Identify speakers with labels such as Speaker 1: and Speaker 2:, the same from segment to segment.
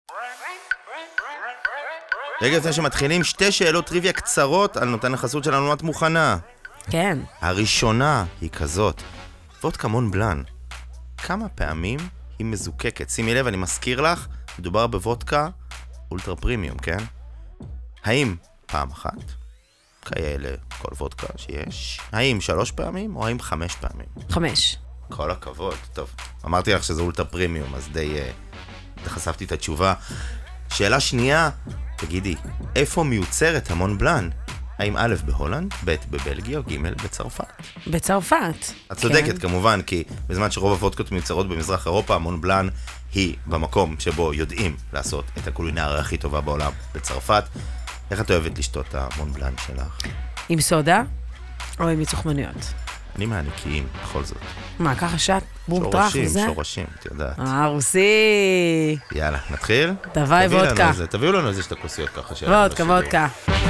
Speaker 1: רגע, לפני שמתחילים, 2 שאלות טריוויה קצרות על נותן החסות שלנו. את מוכנה?
Speaker 2: כן.
Speaker 1: הראשונה היא כזאת, וודקה מון בלאן, כמה פעמים היא מזוקקת? שימי לב, אני מזכיר לך, מדובר בוודקה אולטרה פרימיום, כן? האם פעם אחת, כאלה כל וודקה שיש, האם 3 פעמים או האם 5 פעמים?
Speaker 2: 5.
Speaker 1: כל הכבוד, טוב. אמרתי לך שזה אולטרה פרימיום, אז די חשפתי את התשובה. שאלה שנייה, תגידי, איפה מיוצרת המון בלאן? האם א' בהולנד, ב' בבלגיה או ג' בצרפת?
Speaker 2: בצרפת.
Speaker 1: את צודקת כמובן, כי בזמן שרוב הוודקות מיוצרות במזרח אירופה, המון בלאן היא במקום שבו יודעים לעשות את הקולינריה הכי טובה בעולם, בצרפת. איך את אוהבת לשתות את המון בלאן שלך?
Speaker 2: עם סודה או עם מיצוחמנויות?
Speaker 1: אני מהנקיים, בכל זאת.
Speaker 2: מה, ככה שאת בום טרח וזה?
Speaker 1: שורשים, את יודעת.
Speaker 2: רוסי.
Speaker 1: יאללה, נתחיל?
Speaker 2: תביאי וודקה.
Speaker 1: תביאו לנו איזה 2 כוסיות ככה.
Speaker 2: וודקה.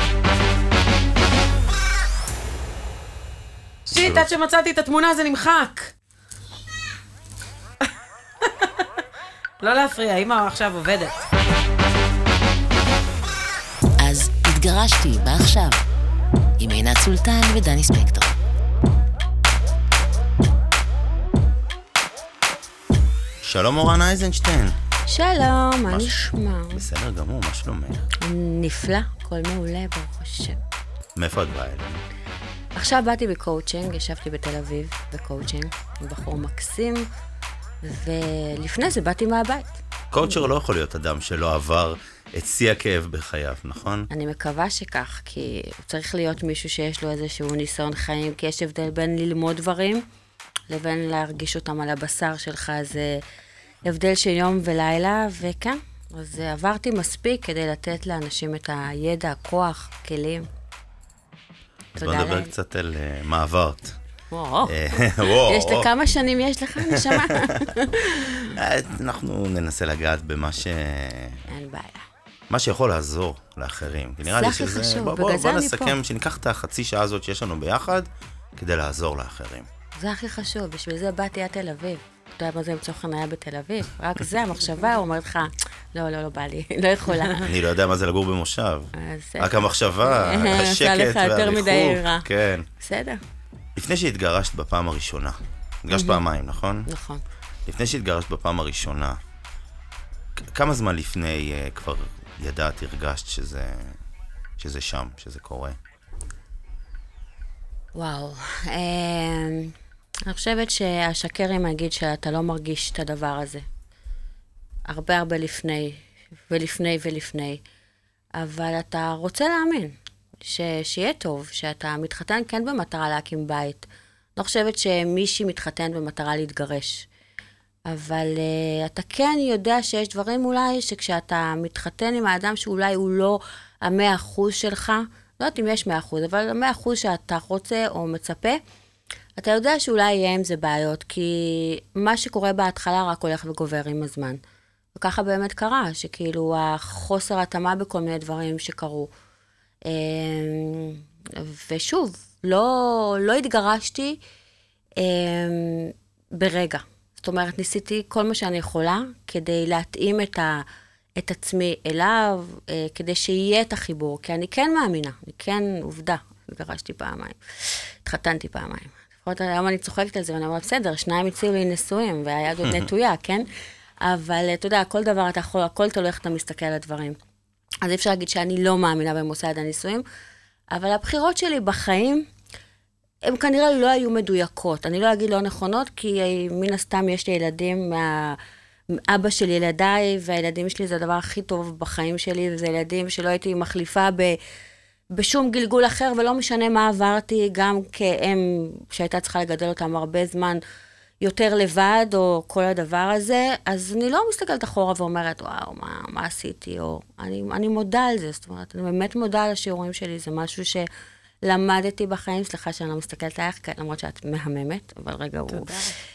Speaker 2: שיט, עד שמצאתי את התמונה זה נמחק. לא להפריע, אמא עכשיו עובדת.
Speaker 3: אז התגרשתי, מה עכשיו? עם עינת סולטן ודני ספקטור.
Speaker 1: שלום אורן אייזנשטיין.
Speaker 4: שלום, מה נשמע?
Speaker 1: בסדר גמור, מה שלומך?
Speaker 4: נפלא, הכל מעולה, ברוך השם.
Speaker 1: מאיפה את באה אלינו?
Speaker 4: עכשיו באתי בקואוצ'ינג, ישבתי בתל אביב בקואוצ'ינג, עם בחור מקסים, ולפני זה באתי מהבית.
Speaker 1: קואוצ'ר לא יכול להיות אדם שלא עבר את שיא הכאב בחייו, נכון?
Speaker 4: אני מקווה שכך, כי צריך להיות מישהו שיש לו איזשהו ניסיון חיים, כי יש הבדל בין ללמוד דברים, לבין להרגיש אותם על הבשר שלך, זה הבדל של יום ולילה, וכן, אז עברתי מספיק כדי לתת לאנשים את הידע, הכוח, כלים.
Speaker 1: אז בוא נדבר קצת על מה עברת.
Speaker 4: יש לך כמה שנים יש לך, נשמה?
Speaker 1: אנחנו ננסה לגעת במה
Speaker 4: אין בעיה.
Speaker 1: מה שיכול לעזור לאחרים. נראה לי שזה... בוא נסכם שניקח את החצי שעה הזאת שיש לנו ביחד, כדי לעזור לאחרים.
Speaker 4: זה הכי חשוב, בשביל זה באתי עד תל אביב. אתה יודע מה זה למצוא חניה בתל אביב? רק זה, המחשבה אומרת לך, לא בא לי, לא יכולה.
Speaker 1: אני לא יודע מה זה לגור במושב. רק המחשבה, השקט והריחוק. כן.
Speaker 4: בסדר.
Speaker 1: לפני שהתגרשת בפעם הראשונה, התגרשת פעמיים, נכון?
Speaker 4: נכון.
Speaker 1: לפני שהתגרשת בפעם הראשונה, כמה זמן לפני כבר ידעת, הרגשת שזה שם, שזה קורה?
Speaker 4: וואו. אני חושבת שהשקרים יגיד שאתה לא מרגיש את הדבר הזה. הרבה לפני, ולפני. אבל אתה רוצה להאמין שיהיה טוב, שאתה מתחתן כן במטרה להקים בית. לא חושבת שמישהי מתחתן במטרה להתגרש. אבל אתה כן יודע שיש דברים אולי שכשאתה מתחתן עם האדם שאולי הוא לא 100% שלך, לא יודעת אם יש 100%, אבל 100% שאתה רוצה או מצפה, אתה יודע שאולי יהיה עם זה בעיות, כי מה שקורה בהתחלה רק הולך וגובר עם הזמן. וככה באמת קרה, שכאילו החוסר התאמה בכל מיני דברים שקרו. ושוב, לא התגרשתי ברגע. זאת אומרת, ניסיתי כל מה שאני יכולה כדי להתאים את עצמי אליו, כדי שיהיה את החיבור, כי אני כן מאמינה, אני כן עובדה, התגרשתי פעמיים, התחתנתי פעמיים. לפחות היום אני צוחקת על זה, ואני אומרת, בסדר, 2 הציעו לי נשואים, והיד עוד נטויה, כן? אבל אתה יודע, כל דבר אתה יכול, הכל תלוי איך אתה מסתכל על הדברים. אז אי אפשר להגיד שאני לא מאמינה במוסד הנישואים, אבל הבחירות שלי בחיים, הן כנראה לא היו מדויקות. אני לא אגיד לא נכונות, כי מן הסתם יש לי ילדים אבא של ילדיי, והילדים שלי זה הדבר הכי טוב בחיים שלי, וזה ילדים שלא הייתי מחליפה בשום גלגול אחר, ולא משנה מה עברתי, גם כאם שהייתה צריכה לגדל אותם הרבה זמן יותר לבד, או כל הדבר הזה, אז אני לא מסתכלת אחורה ואומרת, וואו, מה עשיתי, או אני מודה על זה, זאת אומרת, אני באמת מודה על השיעורים שלי, זה משהו שלמדתי בחיים, סליחה שאני לא מסתכלת עליך, למרות שאת מהממת, אבל רגע הוא...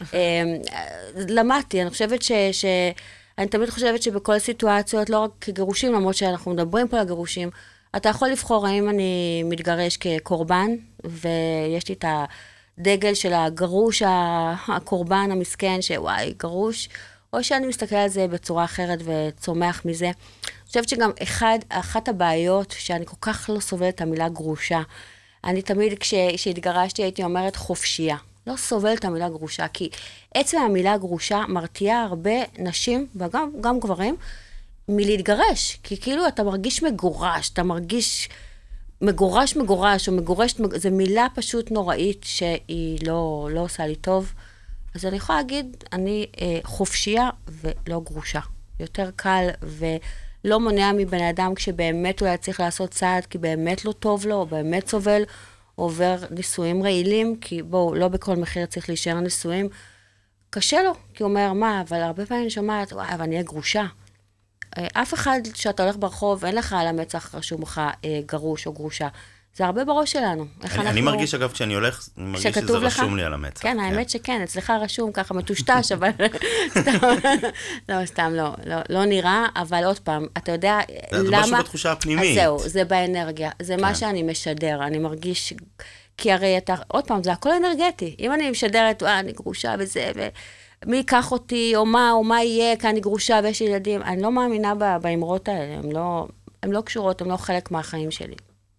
Speaker 4: למדתי, אני חושבת אני תמיד חושבת שבכל סיטואציות, לא רק כגירושים, למרות שאנחנו מדברים פה על גירושים, אתה יכול לבחור האם אני מתגרש כקורבן, ויש לי את הדגל של הגרוש, הקורבן המסכן, שוואי, גרוש, או שאני מסתכל על זה בצורה אחרת וצומח מזה. אני חושבת שגם אחת הבעיות שאני כל כך לא סובלת את המילה גרושה, אני תמיד כשהתגרשתי הייתי אומרת חופשייה. לא סובלת את המילה גרושה, כי עצם המילה גרושה מרתיעה הרבה נשים, וגם גברים, מלהתגרש. כי כאילו אתה מרגיש מגורש, אתה מרגיש מגורש, או מגורשת, זו מילה פשוט נוראית שהיא לא עושה לי טוב. אז אני יכולה להגיד, אני חופשייה ולא גרושה. יותר קל ולא מונע מבן אדם כשבאמת אולי צריך לעשות צעד, כי באמת לא טוב לו, או באמת סובל, עובר נישואים רעילים, כי בואו, לא בכל מחיר צריך להישאר נישואים. קשה לו, כי הוא אומר, מה, אבל הרבה פעמים אני שומעת, וואי, אבל אני אהיה גרושה. אף אחד שאתה הולך ברחוב, אין לך על המצח רשום לך גרוש או גרושה. זה הרבה בראש שלנו.
Speaker 1: אני מרגיש, אגב, כשאני הולך, אני מרגיש שזה רשום לי על המצח.
Speaker 4: כן, האמת שכן, אצלך רשום ככה מטושטש, אבל סתם לא נראה, אבל עוד פעם, אתה יודע למה...
Speaker 1: זה משהו בתחושה הפנימית.
Speaker 4: זהו, זה באנרגיה, זה מה שאני משדר, אני מרגיש, כי הרי אתה, עוד פעם, זה הכל אנרגטי. אם אני משדרת, אני גרושה וזה, מי ייקח אותי, או מה יהיה, כי אני גרושה ויש ילדים, אני לא מאמינה באמרות האלה, הן לא קשורות, הן לא חלק מהחיים שלי.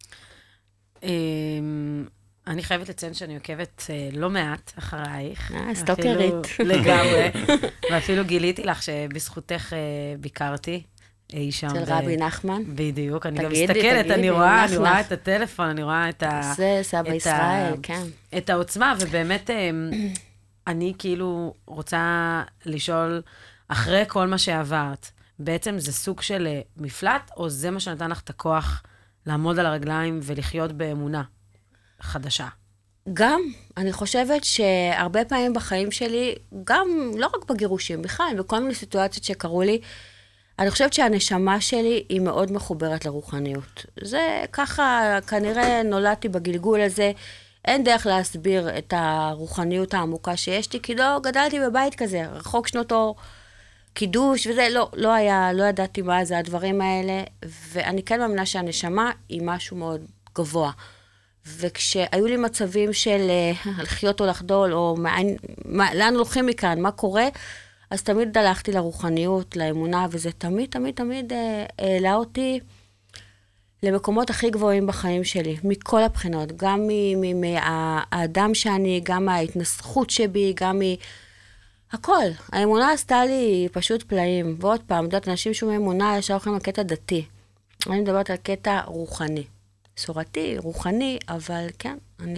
Speaker 2: אני חייבת לציין שאני עוקבת לא מעט אחרייך.
Speaker 4: סטוקרית.
Speaker 2: לגמרי. ואפילו גיליתי לך שבזכותך ביקרתי.
Speaker 4: אצל רבי נחמן.
Speaker 2: בדיוק, אני גם מסתכלת, אני רואה את הטלפון, אני רואה את
Speaker 4: זה סבא ישראל, כן.
Speaker 2: את העוצמה, ובאמת אני כאילו רוצה לשאול, אחרי כל מה שעברת, בעצם זה סוג של מפלט, או זה מה שנתן לך את הכוח לעמוד על הרגליים ולחיות באמונה חדשה?
Speaker 4: גם, אני חושבת שהרבה פעמים בחיים שלי, גם לא רק בגירושים, בכלל, בכל מיני סיטואציות שקרו לי, אני חושבת שהנשמה שלי היא מאוד מחוברת לרוחניות. זה ככה, כנראה נולדתי בגלגול הזה, אין דרך להסביר את הרוחניות העמוקה שיש לי, כי לא גדלתי בבית כזה, רחוק שנות אור, קידוש וזה, לא ידעתי מה זה הדברים האלה, ואני כן מאמינה שהנשמה היא משהו מאוד גבוה. וכשהיו לי מצבים של לחיות או לחדול, או לאן הולכים מכאן, מה קורה, אז תמיד הלכתי לרוחניות, לאמונה, וזה תמיד העלה אותי למקומות הכי גבוהים בחיים שלי, מכל הבחינות, גם מהאדם שאני, גם מההתנסחות שבי, גם הכל. האמונה עשתה לי פשוט פלאים. ועוד פעם, יודעת, אנשים שומעים אמונה, ישר הולכים לקטע דתי. אני מדברת על קטע רוחני. סורתי, רוחני, אבל כן,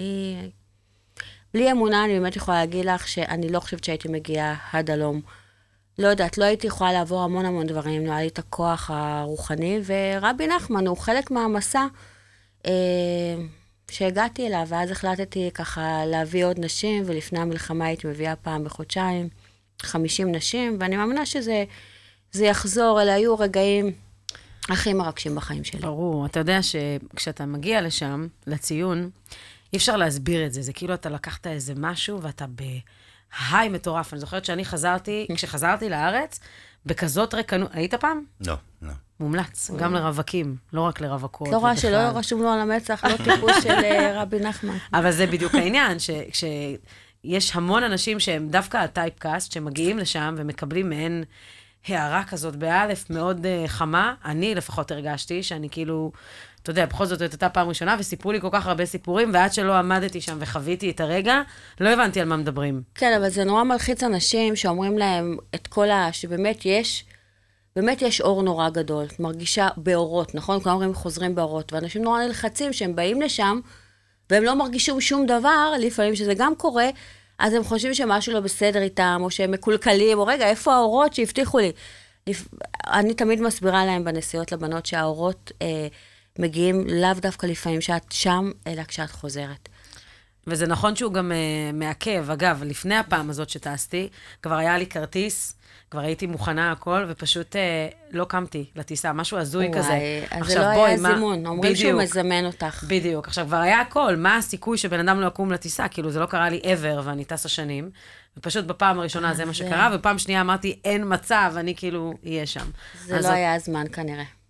Speaker 4: בלי אמונה אני באמת יכולה להגיד לך שאני לא חושבת שהייתי מגיעה עד הלום. לא יודעת, לא הייתי יכולה לעבור המון דברים, לא היה לי את הכוח הרוחני, ורבי נחמן הוא חלק מהמסע שהגעתי אליו, ואז החלטתי ככה להביא עוד נשים, ולפני המלחמה הייתי מביאה פעם בחודשיים 50 נשים, ואני מאמינה שזה יחזור, אלה היו רגעים הכי מרגשים בחיים שלי.
Speaker 2: ברור, אתה יודע שכשאתה מגיע לשם, לציון, אי אפשר להסביר את זה, זה כאילו אתה לקחת איזה משהו, ואתה בהיי מטורף. אני זוכרת שאני כשחזרתי לארץ, בכזאת רקנות, היית פעם?
Speaker 1: לא.
Speaker 2: מומלץ, גם לרווקים, לא רק לרווקות.
Speaker 4: לא רואה שלא רשום לו על המצח, לא טיפוס של רבי נחמן.
Speaker 2: אבל זה בדיוק העניין, שיש המון אנשים שהם דווקא הטייפקאסט, שמגיעים לשם ומקבלים מעין הערה כזאת באלף מאוד חמה. אני לפחות הרגשתי שאני כאילו, אתה יודע, בכל זאת הייתה פעם ראשונה, וסיפרו לי כל כך הרבה סיפורים, ועד שלא עמדתי שם וחוויתי את הרגע, לא הבנתי על מה מדברים.
Speaker 4: כן, אבל זה נורא מלחיץ אנשים שאומרים להם את כל שבאמת יש אור נורא גדול, מרגישה באורות, נכון? כולם אומרים חוזרים באורות, ואנשים נורא נלחצים שהם באים לשם, והם לא מרגישים שום דבר, לפעמים שזה גם קורה, אז הם חושבים שמשהו לא בסדר איתם, או שהם מקולקלים, או רגע, איפה האורות שהבטיחו לי? אני תמיד מסבירה להם בנסיעות לבנות שהאורות מגיעים לאו דווקא לפעמים שאת שם, אלא כשאת חוזרת.
Speaker 2: וזה נכון שהוא גם מעכב. אגב, לפני הפעם הזאת שטסתי, כבר היה לי כרטיס, כבר הייתי מוכנה הכל, ופשוט לא קמתי לטיסה, משהו הזוי כזה.
Speaker 4: אז זה לא היה זימון, אומרים שהוא מזמן אותך.
Speaker 2: בדיוק, עכשיו כבר היה הכל, מה הסיכוי שבן אדם לא יקום לטיסה? כאילו זה לא קרה לי ever, ואני טסה שנים, ופשוט בפעם הראשונה זה מה שקרה, ופעם שנייה אמרתי, אין מצב, אני כאילו אהיה שם.
Speaker 4: זה לא היה הזמן כנראה.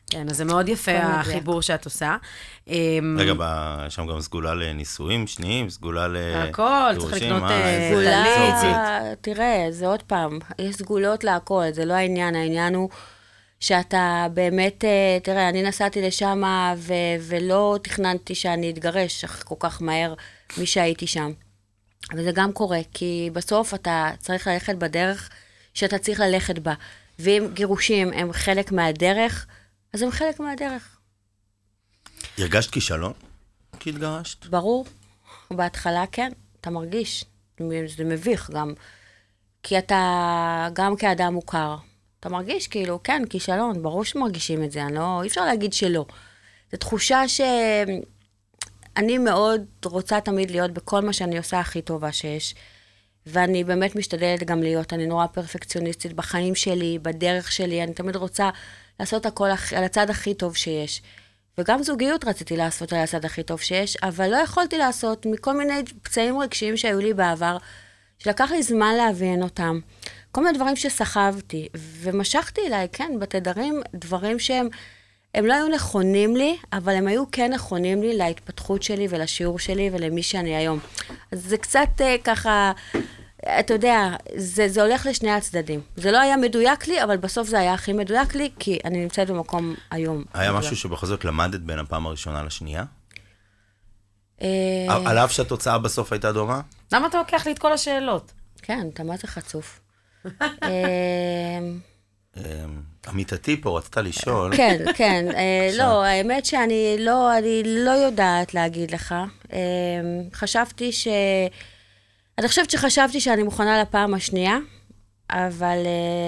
Speaker 2: כן, אז זה מאוד יפה החיבור שאת עושה.
Speaker 1: רגע, יש שם גם סגולה לנישואים שניים, סגולה
Speaker 2: הכל, צריך לקנות
Speaker 4: סגולה, תראה, זה עוד פעם, יש סגולות להכל, זה לא העניין, העניין הוא שאתה באמת, תראה, אני נסעתי לשם ולא תכננתי שאני אתגרש כל כך מהר מי שהייתי שם. וזה גם קורה, כי בסוף אתה צריך ללכת בדרך שאתה צריך ללכת בה. ואם גירושים הם חלק מהדרך, אז הם חלק מהדרך.
Speaker 1: הרגשת כישלון כי התגרשת?
Speaker 4: ברור. בהתחלה כן, אתה מרגיש. זה מביך גם. כי אתה גם כאדם מוכר. אתה מרגיש כאילו, כן, כישלון, ברור שמרגישים את זה. אי אפשר להגיד שלא. זו תחושה שאני מאוד רוצה תמיד להיות בכל מה שאני עושה הכי טובה שיש. ואני באמת משתדלת גם להיות, אני נורא פרפקציוניסטית בחיים שלי, בדרך שלי, אני תמיד רוצה לעשות הכל על הצד הכי טוב שיש. וגם זוגיות רציתי לעשות על הצד הכי טוב שיש, אבל לא יכולתי לעשות מכל מיני פצעים רגשיים שהיו לי בעבר, שלקח לי זמן להבין אותם. כל מיני דברים שסחבתי, ומשכתי אליי, כן, בתדרים, דברים שהם לא היו נכונים לי, אבל הם היו כן נכונים לי להתפתחות שלי ולשיעור שלי ולמי שאני היום. אז זה קצת ככה, אתה יודע, זה הולך לשני הצדדים. זה לא היה מדויק לי, אבל בסוף זה היה הכי מדויק לי, כי אני נמצאת במקום היום.
Speaker 1: היה משהו שבכל זאת למדת בין הפעם הראשונה לשנייה? על אף שהתוצאה בסוף הייתה דומה?
Speaker 2: למה אתה לוקח לי את כל השאלות?
Speaker 4: כן, אתה מה זה חצוף.
Speaker 1: עמיתתי פה, רצתה לשאול.
Speaker 4: כן, כן. לא, האמת שאני לא יודעת להגיד לך. אני חושבת שחשבתי שאני מוכנה לפעם השנייה, אבל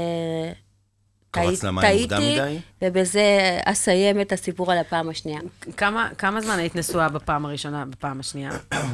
Speaker 4: טעיתי, ובזה אסיים את הסיפור על הפעם השנייה.
Speaker 2: כמה זמן היית נשואה בפעם הראשונה, בפעם השנייה?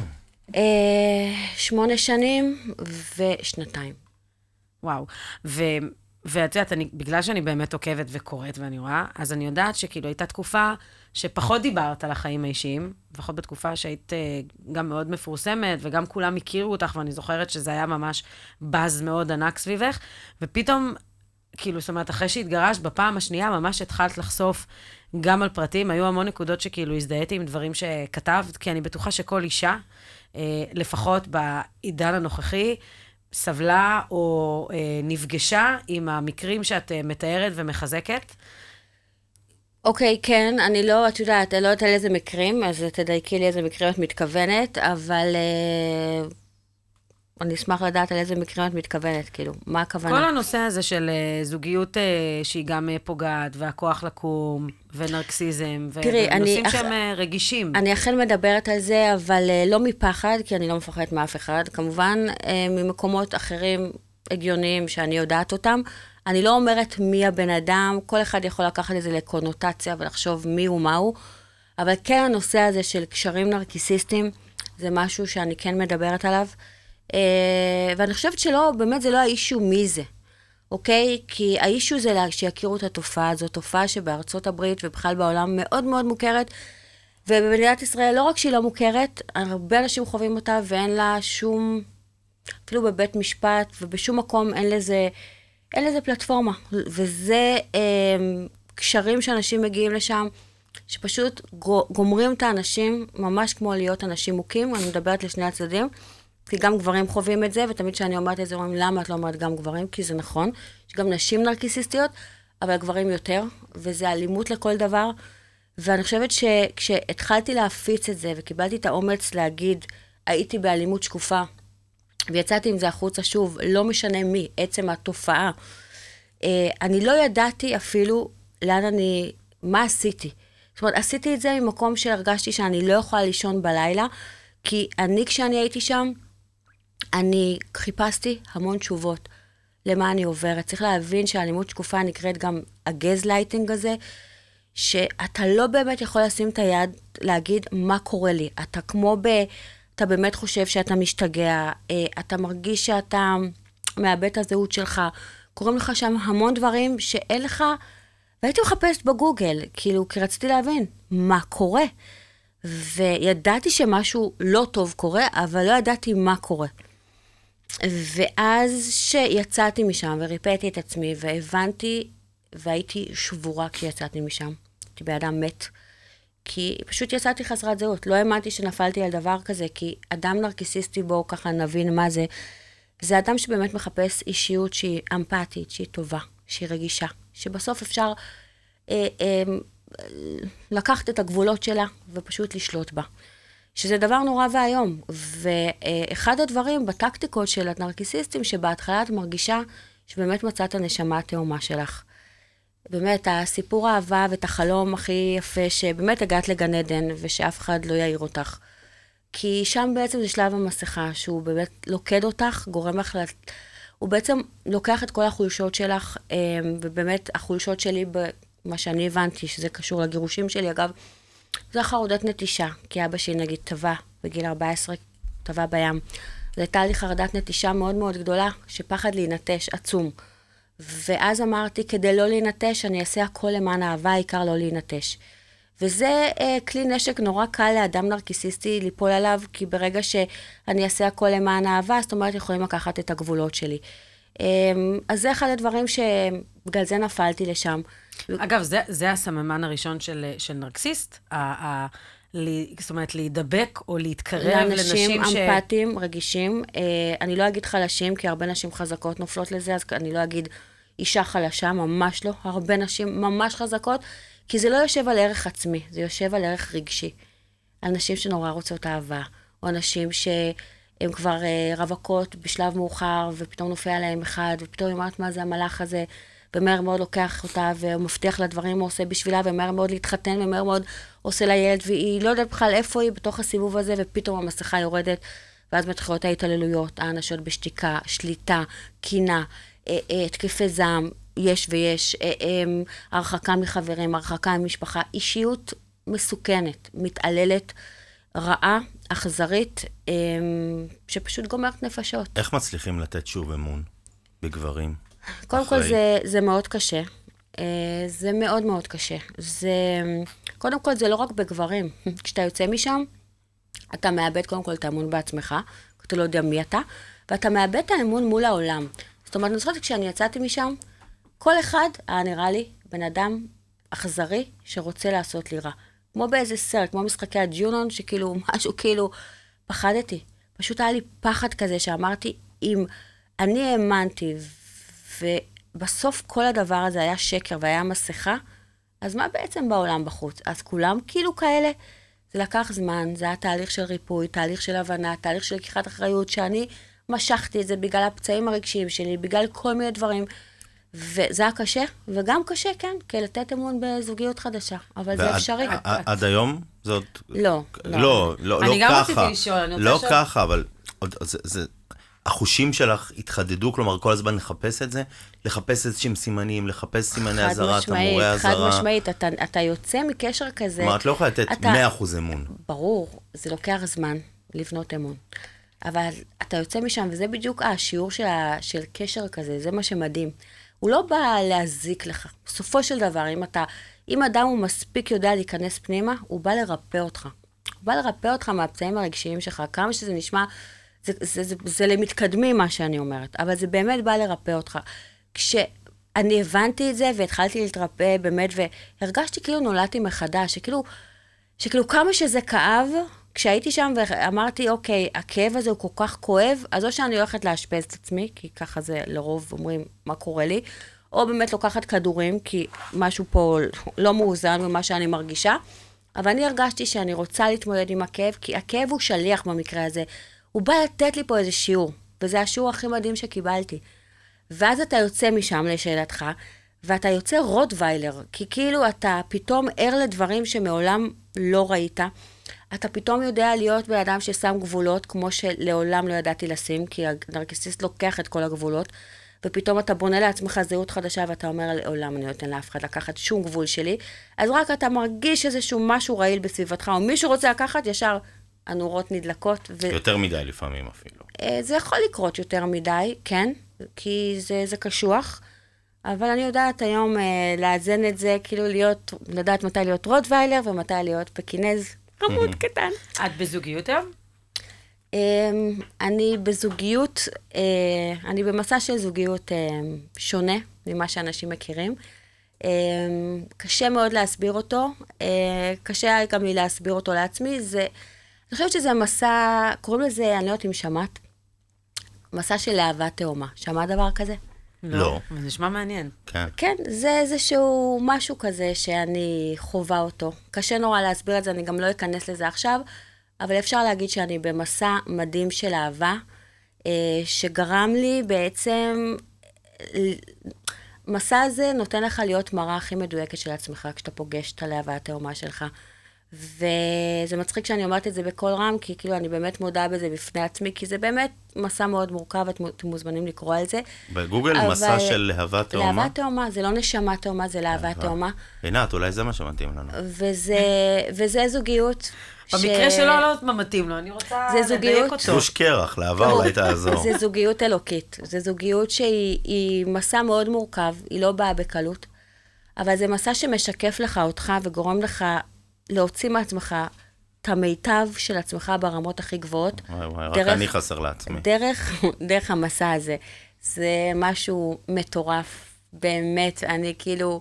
Speaker 4: 8 שנים ושנתיים.
Speaker 2: וואו. ואת יודעת, בגלל שאני באמת עוקבת וקוראת ואני רואה, אז אני יודעת שכאילו הייתה תקופה שפחות דיברת על החיים האישיים, לפחות בתקופה שהיית גם מאוד מפורסמת, וגם כולם הכירו אותך, ואני זוכרת שזה היה ממש בז מאוד ענק סביבך, ופתאום, כאילו, זאת אומרת, אחרי שהתגרשת בפעם השנייה, ממש התחלת לחשוף גם על פרטים, היו המון נקודות שכאילו הזדהיתי עם דברים שכתבת, כי אני בטוחה שכל אישה, לפחות בעידן הנוכחי, סבלה או נפגשה עם המקרים שאת מתארת ומחזקת?
Speaker 4: אוקיי, כן, אני לא, את יודעת, אני לא יודעת על איזה מקרים, אז תדייקי לי איזה מקרים את מתכוונת, אבל אני אשמח לדעת על איזה מקרים את מתכוונת, כאילו, מה הכוונה?
Speaker 2: כל הנושא הזה של זוגיות שהיא גם פוגעת, והכוח לקום, ונרקסיזם, ונושאים שהם רגישים.
Speaker 4: אני אכן מדברת על זה, אבל לא מפחד, כי אני לא מפחדת מאף אחד. כמובן, ממקומות אחרים הגיוניים שאני יודעת אותם. אני לא אומרת מי הבן אדם, כל אחד יכול לקחת את זה לקונוטציה ולחשוב מי הוא מהו, אבל כן הנושא הזה של קשרים נרקיסיסטיים, זה משהו שאני כן מדברת עליו. ואני חושבת שלא, באמת זה לא האישו מי זה, אוקיי? כי האישו זה שיכירו את התופעה, זו תופעה שבארצות הברית ובכלל בעולם מאוד מאוד מוכרת, ובמדינת ישראל לא רק שהיא לא מוכרת, הרבה אנשים חווים אותה ואין לה שום, אפילו בבית משפט ובשום מקום אין לזה פלטפורמה. וזה קשרים שאנשים מגיעים לשם, שפשוט גומרים את האנשים, ממש כמו להיות אנשים מוכים, אני מדברת לשני הצדדים, כי גם גברים חווים את זה, ותמיד כשאני אומרת את זה, אומרים, למה את לא אומרת גם גברים? כי זה נכון, יש גם נשים נרקיסיסטיות, אבל גברים יותר, וזה אלימות לכל דבר, ואני חושבת שכשהתחלתי להפיץ את זה, וקיבלתי את האומץ להגיד, הייתי באלימות שקופה, ויצאתי עם זה החוצה שוב, לא משנה מי, עצם התופעה, אני לא ידעתי אפילו מה עשיתי. זאת אומרת, עשיתי את זה ממקום שהרגשתי שאני לא יכולה לישון בלילה, כי כשאני הייתי שם, אני חיפשתי המון תשובות למה אני עוברת. צריך להבין שהאלימות שקופה נקראת גם הגזלייטינג הזה, שאתה לא באמת יכול לשים את היד להגיד מה קורה לי. אתה באמת חושב שאתה משתגע, אתה מרגיש שאתה מאבד את הזהות שלך, קוראים לך שם המון דברים שאין לך, והייתי מחפשת בגוגל, כאילו, כי רציתי להבין מה קורה. וידעתי שמשהו לא טוב קורה, אבל לא ידעתי מה קורה. ואז שיצאתי משם וריפאתי את עצמי, והבנתי, והייתי שבורה כשיצאתי משם. הייתי באדם מת, כי פשוט יצאתי חסרת זהות. לא האמנתי שנפלתי על דבר כזה, כי אדם נרקיסיסטי, בואו ככה נבין מה זה. זה אדם שבאמת מחפש אישיות שהיא אמפתית, שהיא טובה, שהיא רגישה, שבסוף אפשר לקחת את הגבולות שלה ופשוט לשלוט בה. שזה דבר נורא והיום. ואחד הדברים בטקטיקות של הנרקיסיסטים, שבהתחלה את מרגישה שבאמת מצאת הנשמה התאומה שלך. באמת, הסיפור האהבה ואת החלום הכי יפה, שבאמת הגעת לגן עדן, ושאף אחד לא יעיר אותך. כי שם בעצם זה שלב המסכה, שהוא באמת לוקד אותך, גורם לך, הוא בעצם לוקח את כל החולשות שלך, ובאמת החולשות שלי, מה שאני הבנתי, שזה קשור לגירושים שלי, אגב, זה חרדת נטישה, כי אבא שלי נגיד טבע בגיל 14, טבע בים. זה הייתה לי חרדת נטישה מאוד מאוד גדולה, שפחד להינטש עצום. ואז אמרתי, כדי לא להינטש, אני אעשה הכל למען אהבה, העיקר לא להינטש. וזה כלי נשק נורא קל לאדם נרקיסיסטי ליפול עליו, כי ברגע שאני אעשה הכל למען אהבה, זאת אומרת, יכולים לקחת את הגבולות שלי. אז זה אחד הדברים שבגלל זה נפלתי לשם.
Speaker 2: אגב, זה הסממן הראשון של נרקסיסט, זאת אומרת, להידבק או להתקרב לנשים
Speaker 4: אמפתיים, רגישים. אני לא אגיד חלשים, כי הרבה נשים חזקות נופלות לזה, אז אני לא אגיד אישה חלשה, ממש לא. הרבה נשים ממש חזקות, כי זה לא יושב על ערך עצמי, זה יושב על ערך רגשי. על נשים שנורא רוצות אהבה, או נשים שהן כבר רווקות בשלב מאוחר, ופתאום נופל עליהם אחד, ופתאום אומרת מה זה המלאך הזה, ומהר מאוד לוקח אותה, ומבטיח לה דברים הוא עושה בשבילה, ומהר מאוד להתחתן, ומהר מאוד עושה לה ילד, והיא לא יודעת בכלל איפה היא בתוך הסיבוב הזה, ופתאום המסכה יורדת, ואז מתחילות ההתעללויות, האנשות בשתיקה, שליטה, קינה, תקפי זעם, יש ויש, הרחקה מחברים, הרחקה ממשפחה, אישיות מסוכנת, מתעללת, רעה, אכזרית, שפשוט גומרת נפשות.
Speaker 1: איך מצליחים לתת שוב אמון בגברים?
Speaker 4: קודם כל זה מאוד קשה. זה מאוד מאוד קשה. קודם כל זה לא רק בגברים. כשאתה יוצא משם, אתה מאבד קודם כל את האמון בעצמך, אתה לא יודע מי אתה, ואתה מאבד את האמון מול העולם. זאת אומרת, אני זוכרת כשאני יצאתי משם, כל אחד היה נראה לי בן אדם אכזרי שרוצה לעשות לי רע. כמו באיזה סרט, כמו משחקי הג'ונון, שכאילו משהו כאילו פחדתי. פשוט היה לי פחד כזה שאמרתי, אם אני האמנתי ובסוף כל הדבר הזה היה שקר והיה מסכה, אז מה בעצם בעולם בחוץ? אז כולם כאילו כאלה, זה לקח זמן, זה היה תהליך של ריפוי, תהליך של הבנה, תהליך של לקיחת אחריות, שאני משכתי את זה בגלל הפצעים הרגשיים שלי, בגלל כל מיני דברים, וזה היה קשה, וגם קשה, כן, כי לתת אמון בזוגיות חדשה, אבל זה אפשרי.
Speaker 1: עד היום? זאת...
Speaker 4: לא.
Speaker 1: לא ככה.
Speaker 2: אני גם רציתי לשאול, אני רוצה
Speaker 1: לא ככה, אבל החושים שלך התחדדו, כלומר, כל הזמן לחפש את זה, לחפש איזשהם סימנים, לחפש סימני הזרה, תמורי הזרה.
Speaker 4: חד משמעית, אתה יוצא מקשר כזה.
Speaker 1: כלומר, את לא יכולה לתת 100% אמון.
Speaker 4: ברור, זה לוקח זמן לבנות אמון. אבל אתה יוצא משם, וזה בדיוק השיעור של קשר כזה, זה מה שמדהים. הוא לא בא להזיק לך. בסופו של דבר, אם אדם הוא מספיק יודע להיכנס פנימה, הוא בא לרפא אותך. הוא בא לרפא אותך מהפצעים הרגשיים שלך, כמה שזה נשמע, זה למתקדמים מה שאני אומרת, אבל זה באמת בא לרפא אותך. כשאני הבנתי את זה, והתחלתי להתרפא באמת, והרגשתי כאילו נולדתי מחדש, שכאילו כמה שזה כאב, כשהייתי שם ואמרתי, אוקיי, הכאב הזה הוא כל כך כואב, אז או שאני הולכת לאשפז את עצמי, כי ככה זה לרוב אומרים מה קורה לי, או באמת לוקחת כדורים, כי משהו פה לא מאוזן במה שאני מרגישה, אבל אני הרגשתי שאני רוצה להתמודד עם הכאב, כי הכאב הוא שליח במקרה הזה. הוא בא לתת לי פה איזה שיעור, וזה השיעור הכי מדהים שקיבלתי. ואז אתה יוצא משם לשאלתך, ואתה יוצא רוטוויילר, כי כאילו אתה פתאום ער לדברים שמעולם לא ראית, אתה פתאום יודע להיות באדם ששם גבולות, כמו שלעולם לא ידעתי לשים, כי הנרקיסיסט לוקח את כל הגבולות, ופתאום אתה בונה לעצמך זהות חדשה, ואתה אומר, לעולם אני לא אתן לאף אחד לקחת שום גבול שלי, אז רק אתה מרגיש איזשהו משהו רעיל בסביבתך, או מישהו רוצה לקחת, ישר הנורות נדלקות.
Speaker 1: יותר מדי לפעמים אפילו.
Speaker 4: זה יכול לקרות יותר מדי, כן, כי זה קשוח, אבל אני יודעת היום לאזן את זה, כאילו לדעת מתי להיות רוטוויילר, ומתי להיות פקינז חמוד קטן.
Speaker 2: את בזוגיות היום?
Speaker 4: אני בזוגיות, אני במסע של זוגיות שונה ממה שאנשים מכירים. קשה מאוד להסביר אותו, קשה גם לי להסביר אותו לעצמי, אני חושבת שזה מסע, קוראים לזה, אני לא יודעת אם שמעת, מסע של להבה תאומה. שמעת דבר כזה?
Speaker 1: לא.
Speaker 2: זה נשמע מעניין.
Speaker 1: כן.
Speaker 4: כן, זה איזשהו משהו כזה שאני חובה אותו. קשה נורא להסביר את זה, אני גם לא אכנס לזה עכשיו, אבל אפשר להגיד שאני במסע מדהים של אהבה, שגרם לי בעצם, מסע הזה נותן לך להיות מראה הכי מדויקת של עצמך, כשאתה פוגש את הלהבה התאומה שלך. וזה מצחיק שאני אומרת את זה בכל רם, כי כאילו אני באמת מודה בזה בפני עצמי, כי זה באמת מסע מאוד מורכב, אתם מוזמנים לקרוא על זה.
Speaker 1: בגוגל מסע של להבה תאומה?
Speaker 4: להבה תאומה, זה לא נשמה תאומה, זה להבה תאומה.
Speaker 1: עינת, אולי זה מה שמתאים לנו.
Speaker 4: וזה זוגיות.
Speaker 2: במקרה שלו לא יודעת מה מתאים לו, אני רוצה לדייק אותו.
Speaker 1: גוש קרח, להבה אולי תעזור.
Speaker 4: זה זוגיות אלוקית. זה זוגיות שהיא מסע מאוד מורכב, היא לא באה בקלות, אבל זה מסע שמשקף לך אותך וגורם לך להוציא מעצמך את המיטב של עצמך ברמות הכי גבוהות.
Speaker 1: וואי, רק אני חסר לעצמי.
Speaker 4: דרך המסע הזה. זה משהו מטורף, באמת, אני כאילו,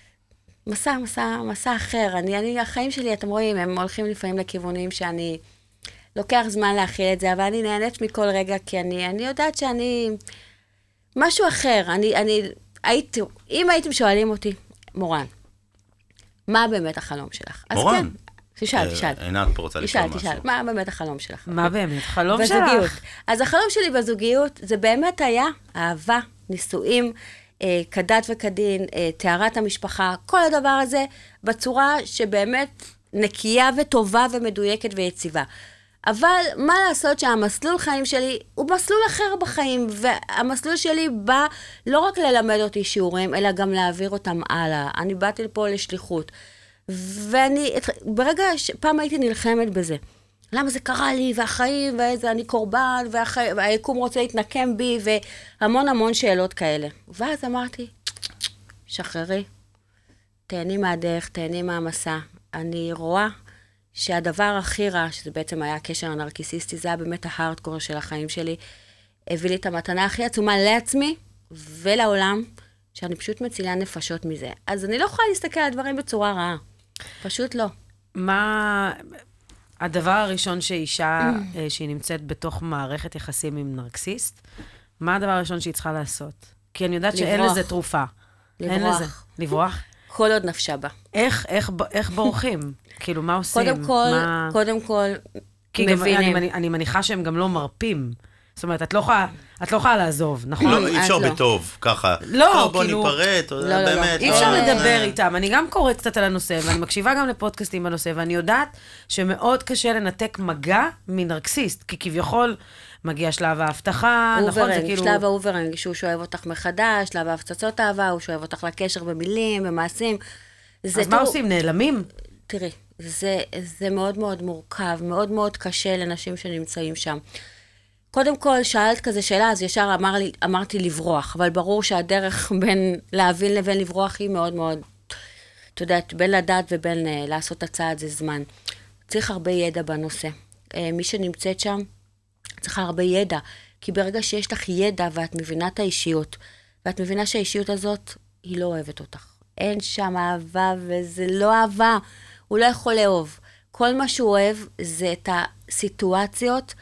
Speaker 4: מסע אחר. החיים שלי, אתם רואים, הם הולכים לפעמים לכיוונים שאני, לוקח זמן להכיל את זה, אבל אני נהנית מכל רגע, כי אני יודעת שאני, משהו אחר. אם הייתם שואלים אותי, מורן, מה באמת החלום שלך?
Speaker 1: מורן.
Speaker 4: אז כן, תשאל.
Speaker 1: עינת פה רוצה לשאול משהו.
Speaker 4: תשאל, מה באמת החלום שלך?
Speaker 2: מה באמת? חלום
Speaker 4: בזוגיות.
Speaker 2: שלך.
Speaker 4: אז החלום שלי בזוגיות, זה באמת היה אהבה, נישואים, כדת וכדין, תארת המשפחה, כל הדבר הזה, בצורה שבאמת נקייה וטובה ומדויקת ויציבה. אבל מה לעשות שהמסלול חיים שלי הוא מסלול אחר בחיים, והמסלול שלי בא לא רק ללמד אותי שיעורים, אלא גם להעביר אותם הלאה. אני באתי לפה לשליחות. ברגע פעם הייתי נלחמת בזה. למה זה קרה לי, והחיים, אני קורבן, והיקום רוצה להתנקם בי, והמון המון שאלות כאלה. ואז אמרתי, שחררי, תהני מהדרך, תהני מהמסע. אני רואה שהדבר הכי רע, שזה בעצם היה הקשר הנרקיסיסטי, זה היה באמת ההארדקור של החיים שלי, הביא לי את המתנה הכי עצומה לעצמי ולעולם, שאני פשוט מצילה נפשות מזה. אז אני לא יכולה להסתכל על הדברים בצורה רעה. פשוט לא.
Speaker 2: מה הדבר הראשון שאישה שהיא נמצאת בתוך מערכת יחסים עם נרקסיסט, מה הדבר הראשון שהיא צריכה לעשות? כי אני יודעת שאין לזה תרופה.
Speaker 4: לברוח.
Speaker 2: לברוח?
Speaker 4: כל עוד נפשה בה.
Speaker 2: איך בורחים? כאילו, מה עושים?
Speaker 4: קודם כל,
Speaker 2: מבינים. אני מניחה שהם גם לא מרפים. זאת אומרת, את לא יכולה לעזוב, נכון?
Speaker 1: לא, אי אפשר בטוב, ככה.
Speaker 2: לא,
Speaker 1: בוא
Speaker 2: כאילו...
Speaker 1: ניפרד, באמת.
Speaker 2: אי אפשר לדבר איתם. אני גם קוראת קצת על הנושא, ואני מקשיבה גם לפודקאסטים בנושא, ואני יודעת שמאוד קשה לנתק מגע מנרקסיסט, כי כביכול מגיע שלב ההבטחה, נכון? זה כאילו...
Speaker 4: שלב האוברנג, שהוא שואב אותך מחדש, שלב ההפצצות אהבה, הוא שואב אותך לקשר במילים, במעשים.
Speaker 2: אז מה עושים? נעלמים?
Speaker 4: תראי, זה מאוד מאוד מורכב, מאוד מאוד קשה לנשים שנמצאים שם. קודם כל, שאלת כזה שאלה, אז ישר אמרתי לברוח, אבל ברור שהדרך בין להבין לבין לברוח היא מאוד מאוד, אתה יודעת, בין לדעת ובין לעשות את הצעד זה זמן. צריך הרבה ידע בנושא. מי שנמצאת שם, צריכה הרבה ידע, כי ברגע שיש לך ידע ואת מבינה את האישיות, ואת מבינה שהאישיות הזאת, היא לא אוהבת אותך. אין שם אהבה, וזה לא אהבה, הוא לא יכול לאהוב. כל מה שהוא אוהב זה את הסיטואציות,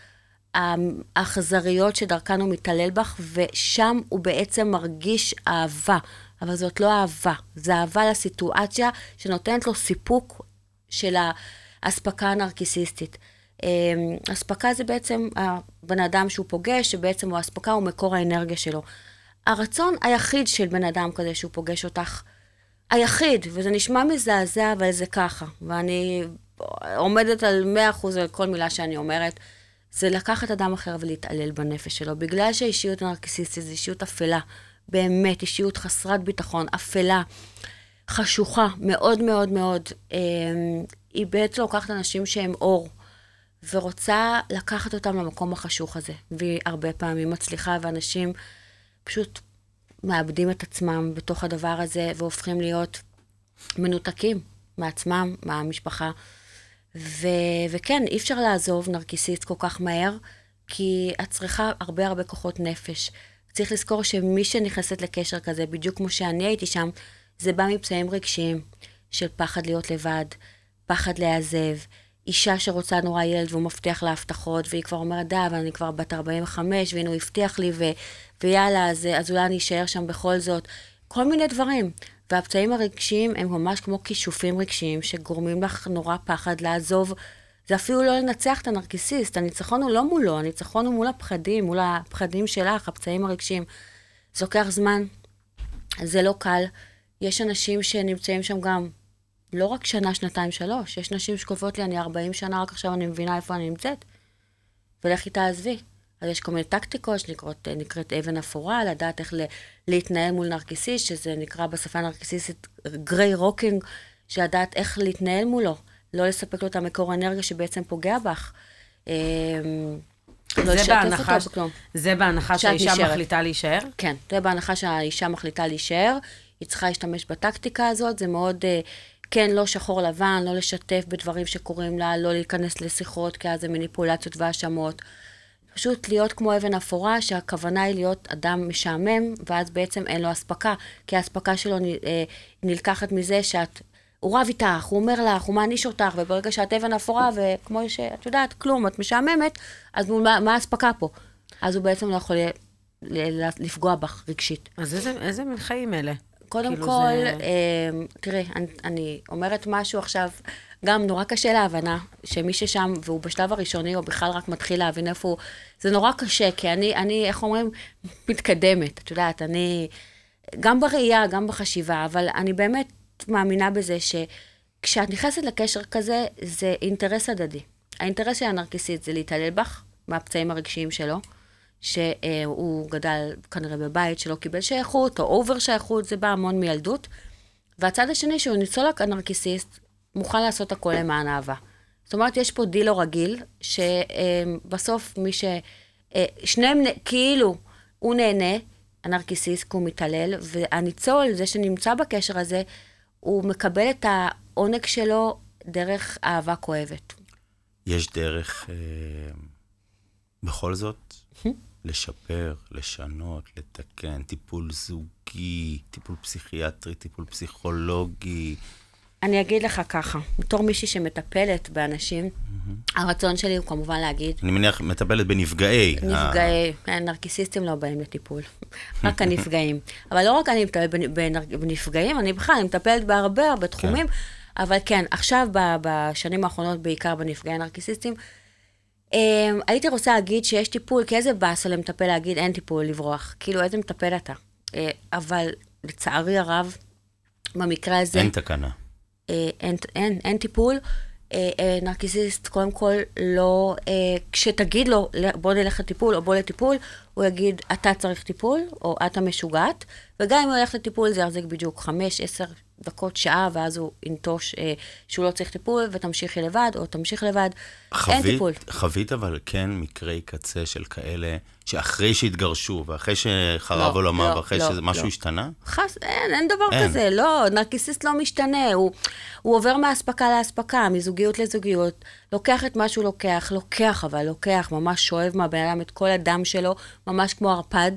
Speaker 4: האכזריות שדרכן הוא מתעלל בך, ושם הוא בעצם מרגיש אהבה, אבל זאת לא אהבה, זה אהבה לסיטואציה שנותנת לו סיפוק של ההספקה הנרקיסיסטית. הספקה זה בעצם הבן אדם שהוא פוגש, שבעצם הוא הספקה, הוא מקור האנרגיה שלו. הרצון היחיד של בן אדם כזה שהוא פוגש אותך, היחיד, וזה נשמע מזעזע, אבל זה ככה, ואני עומדת על 100% על כל מילה שאני אומרת, זה לקחת אדם אחר ולהתעלל בנפש שלו, בגלל שהאישיות הנרקיסיסטית זה אישיות אפלה, באמת, אישיות חסרת ביטחון, אפלה, חשוכה, מאוד מאוד מאוד, היא בעצם לוקחת אנשים שהם אור, ורוצה לקחת אותם למקום החשוך הזה, והיא הרבה פעמים מצליחה, ואנשים פשוט מאבדים את עצמם בתוך הדבר הזה, והופכים להיות מנותקים מעצמם, מהמשפחה, וכן, אי אפשר לעזוב נרקיסיסט כל כך מהר, כי את צריכה הרבה הרבה כוחות נפש. צריך לזכור שמי שנכנסת לקשר כזה, בדיוק כמו שאני הייתי שם, זה בא מפצעים רגשיים של פחד להיות לבד, פחד להיעזב, אישה שרוצה נורא ילד והוא מבטיח לה הבטחות, והיא כבר אומרת, אבל אני כבר בת 45, והנה הוא הבטיח לי, ויאללה, אז אולי אני אשאר שם בכל זאת. כל מיני דברים. והפצעים הרגשיים הם ממש כמו כישופים רגשיים, שגורמים לך נורא פחד לעזוב. זה אפילו לא לנצח את הנרקיסיסט, הניצחון הוא לא מולו, הניצחון הוא מול הפחדים, מול הפחדים שלך, הפצעים הרגשיים. זה לוקח זמן, זה לא קל. יש אנשים שנמצאים שם גם לא רק שנה, שנתיים, 3. יש נשים שכותבות לי, אני 40 שנה, רק עכשיו אני מבינה איפה אני נמצאת. ולך איתה עזבי. אז יש כל מיני טקטיקות שנקראת אבן אפורה, לדעת איך להתנהל מול נרקיסיסט, שזה נקרא בשפה הנרקיסיסטית גריי רוקינג, שלדעת איך להתנהל מולו, לא לספק לו את המקור האנרגיה שבעצם פוגע בך. לא לשתף אותו בכלום.
Speaker 2: זה בהנחה שהאישה מחליטה להישאר?
Speaker 4: כן, זה בהנחה שהאישה מחליטה להישאר, היא צריכה להשתמש בטקטיקה הזאת, זה מאוד, כן, לא שחור לבן, לא לשתף בדברים שקורים לה, לא להיכנס לשיחות, כי אז זה מניפולציות והאשמות. פשוט להיות כמו אבן אפורה, שהכוונה היא להיות אדם משעמם, ואז בעצם אין לו הספקה, כי ההספקה שלו נלקחת מזה הוא רב איתך, הוא אומר לך, הוא מעניש אותך, וברגע שאת אבן אפורה, וכמו שאת יודעת, כלום, את משעממת, אז מה ההספקה פה? אז הוא בעצם לא יכול לפגוע בך רגשית.
Speaker 2: אז איזה מין חיים אלה?
Speaker 4: קודם כל, תראי, אני אומרת משהו עכשיו, גם נורא קשה להבנה, שמי ששם, והוא בשלב הראשוני, או בכלל רק מתחיל להבין איפה הוא, זה נורא קשה, כי אני, איך אומרים, מתקדמת, את יודעת, אני, גם בראייה, גם בחשיבה, אבל אני באמת מאמינה בזה, שכשאת נכנסת לקשר כזה, זה אינטרס הדדי. האינטרס של הנרקיסיסט זה להתעלל בך, מהפצעים הרגשיים שלו, שהוא גדל כנראה בבית שלא קיבל שייכות, או אובר שייכות, זה בא המון מילדות. והצד השני, שהוא ניצול הנרקיסיסט, מוכן לעשות הכל למען אהבה. זאת אומרת, יש פה דיל לא רגיל, שבסוף מי שניהם, כאילו, הוא נהנה, הנרקיסיסט, הוא מתעלל, והניצול, זה שנמצא בקשר הזה, הוא מקבל את העונג שלו דרך אהבה כואבת.
Speaker 1: יש דרך, בכל זאת, לשפר, לשנות, לתקן, טיפול זוגי, טיפול פסיכיאטרי, טיפול פסיכולוגי.
Speaker 4: אני אגיד לך ככה, בתור מישהי שמטפלת באנשים, הרצון שלי הוא כמובן להגיד...
Speaker 1: אני מניח, מטפלת בנפגעי.
Speaker 4: נפגעי, נרקיסיסטים לא באים לטיפול, רק הנפגעים. אבל לא רק אני מטפלת בנפגעים, אני בכלל מטפלת בהרבה תחומים, אבל כן, עכשיו בשנים האחרונות, בעיקר בנפגעי נרקיסיסטים, הייתי רוצה להגיד שיש טיפול, כי איזה באסה למטפל להגיד אין טיפול לברוח, כאילו איזה מטפל אתה. אבל לצערי הרב, במקרה הזה...
Speaker 1: אין תקנה.
Speaker 4: אין טיפול. נרקיסיסט, קודם כל, לא... כשתגיד לו, בוא נלך לטיפול או בוא לטיפול, הוא יגיד, אתה צריך טיפול, או אתה משוגעת, וגם אם הוא ילך לטיפול, זה יחזיק בדיוק 5-10 דקות, שעה, ואז הוא ינטוש שהוא לא צריך טיפול, ותמשיכי לבד, או תמשיך לבד. אין טיפול.
Speaker 1: חווית אבל כן מקרי קצה של כאלה, שאחרי שהתגרשו, ואחרי שחרב עולמה, ואחרי שמשהו השתנה?
Speaker 4: אין דבר כזה, לא, נרקיסיסט לא משתנה, הוא עובר מהספקה להספקה, מזוגיות לזוגיות, לוקח את מה שהוא לוקח, ממש שואב מהבן אדם את כל הדם שלו, ממש כמו הרפד,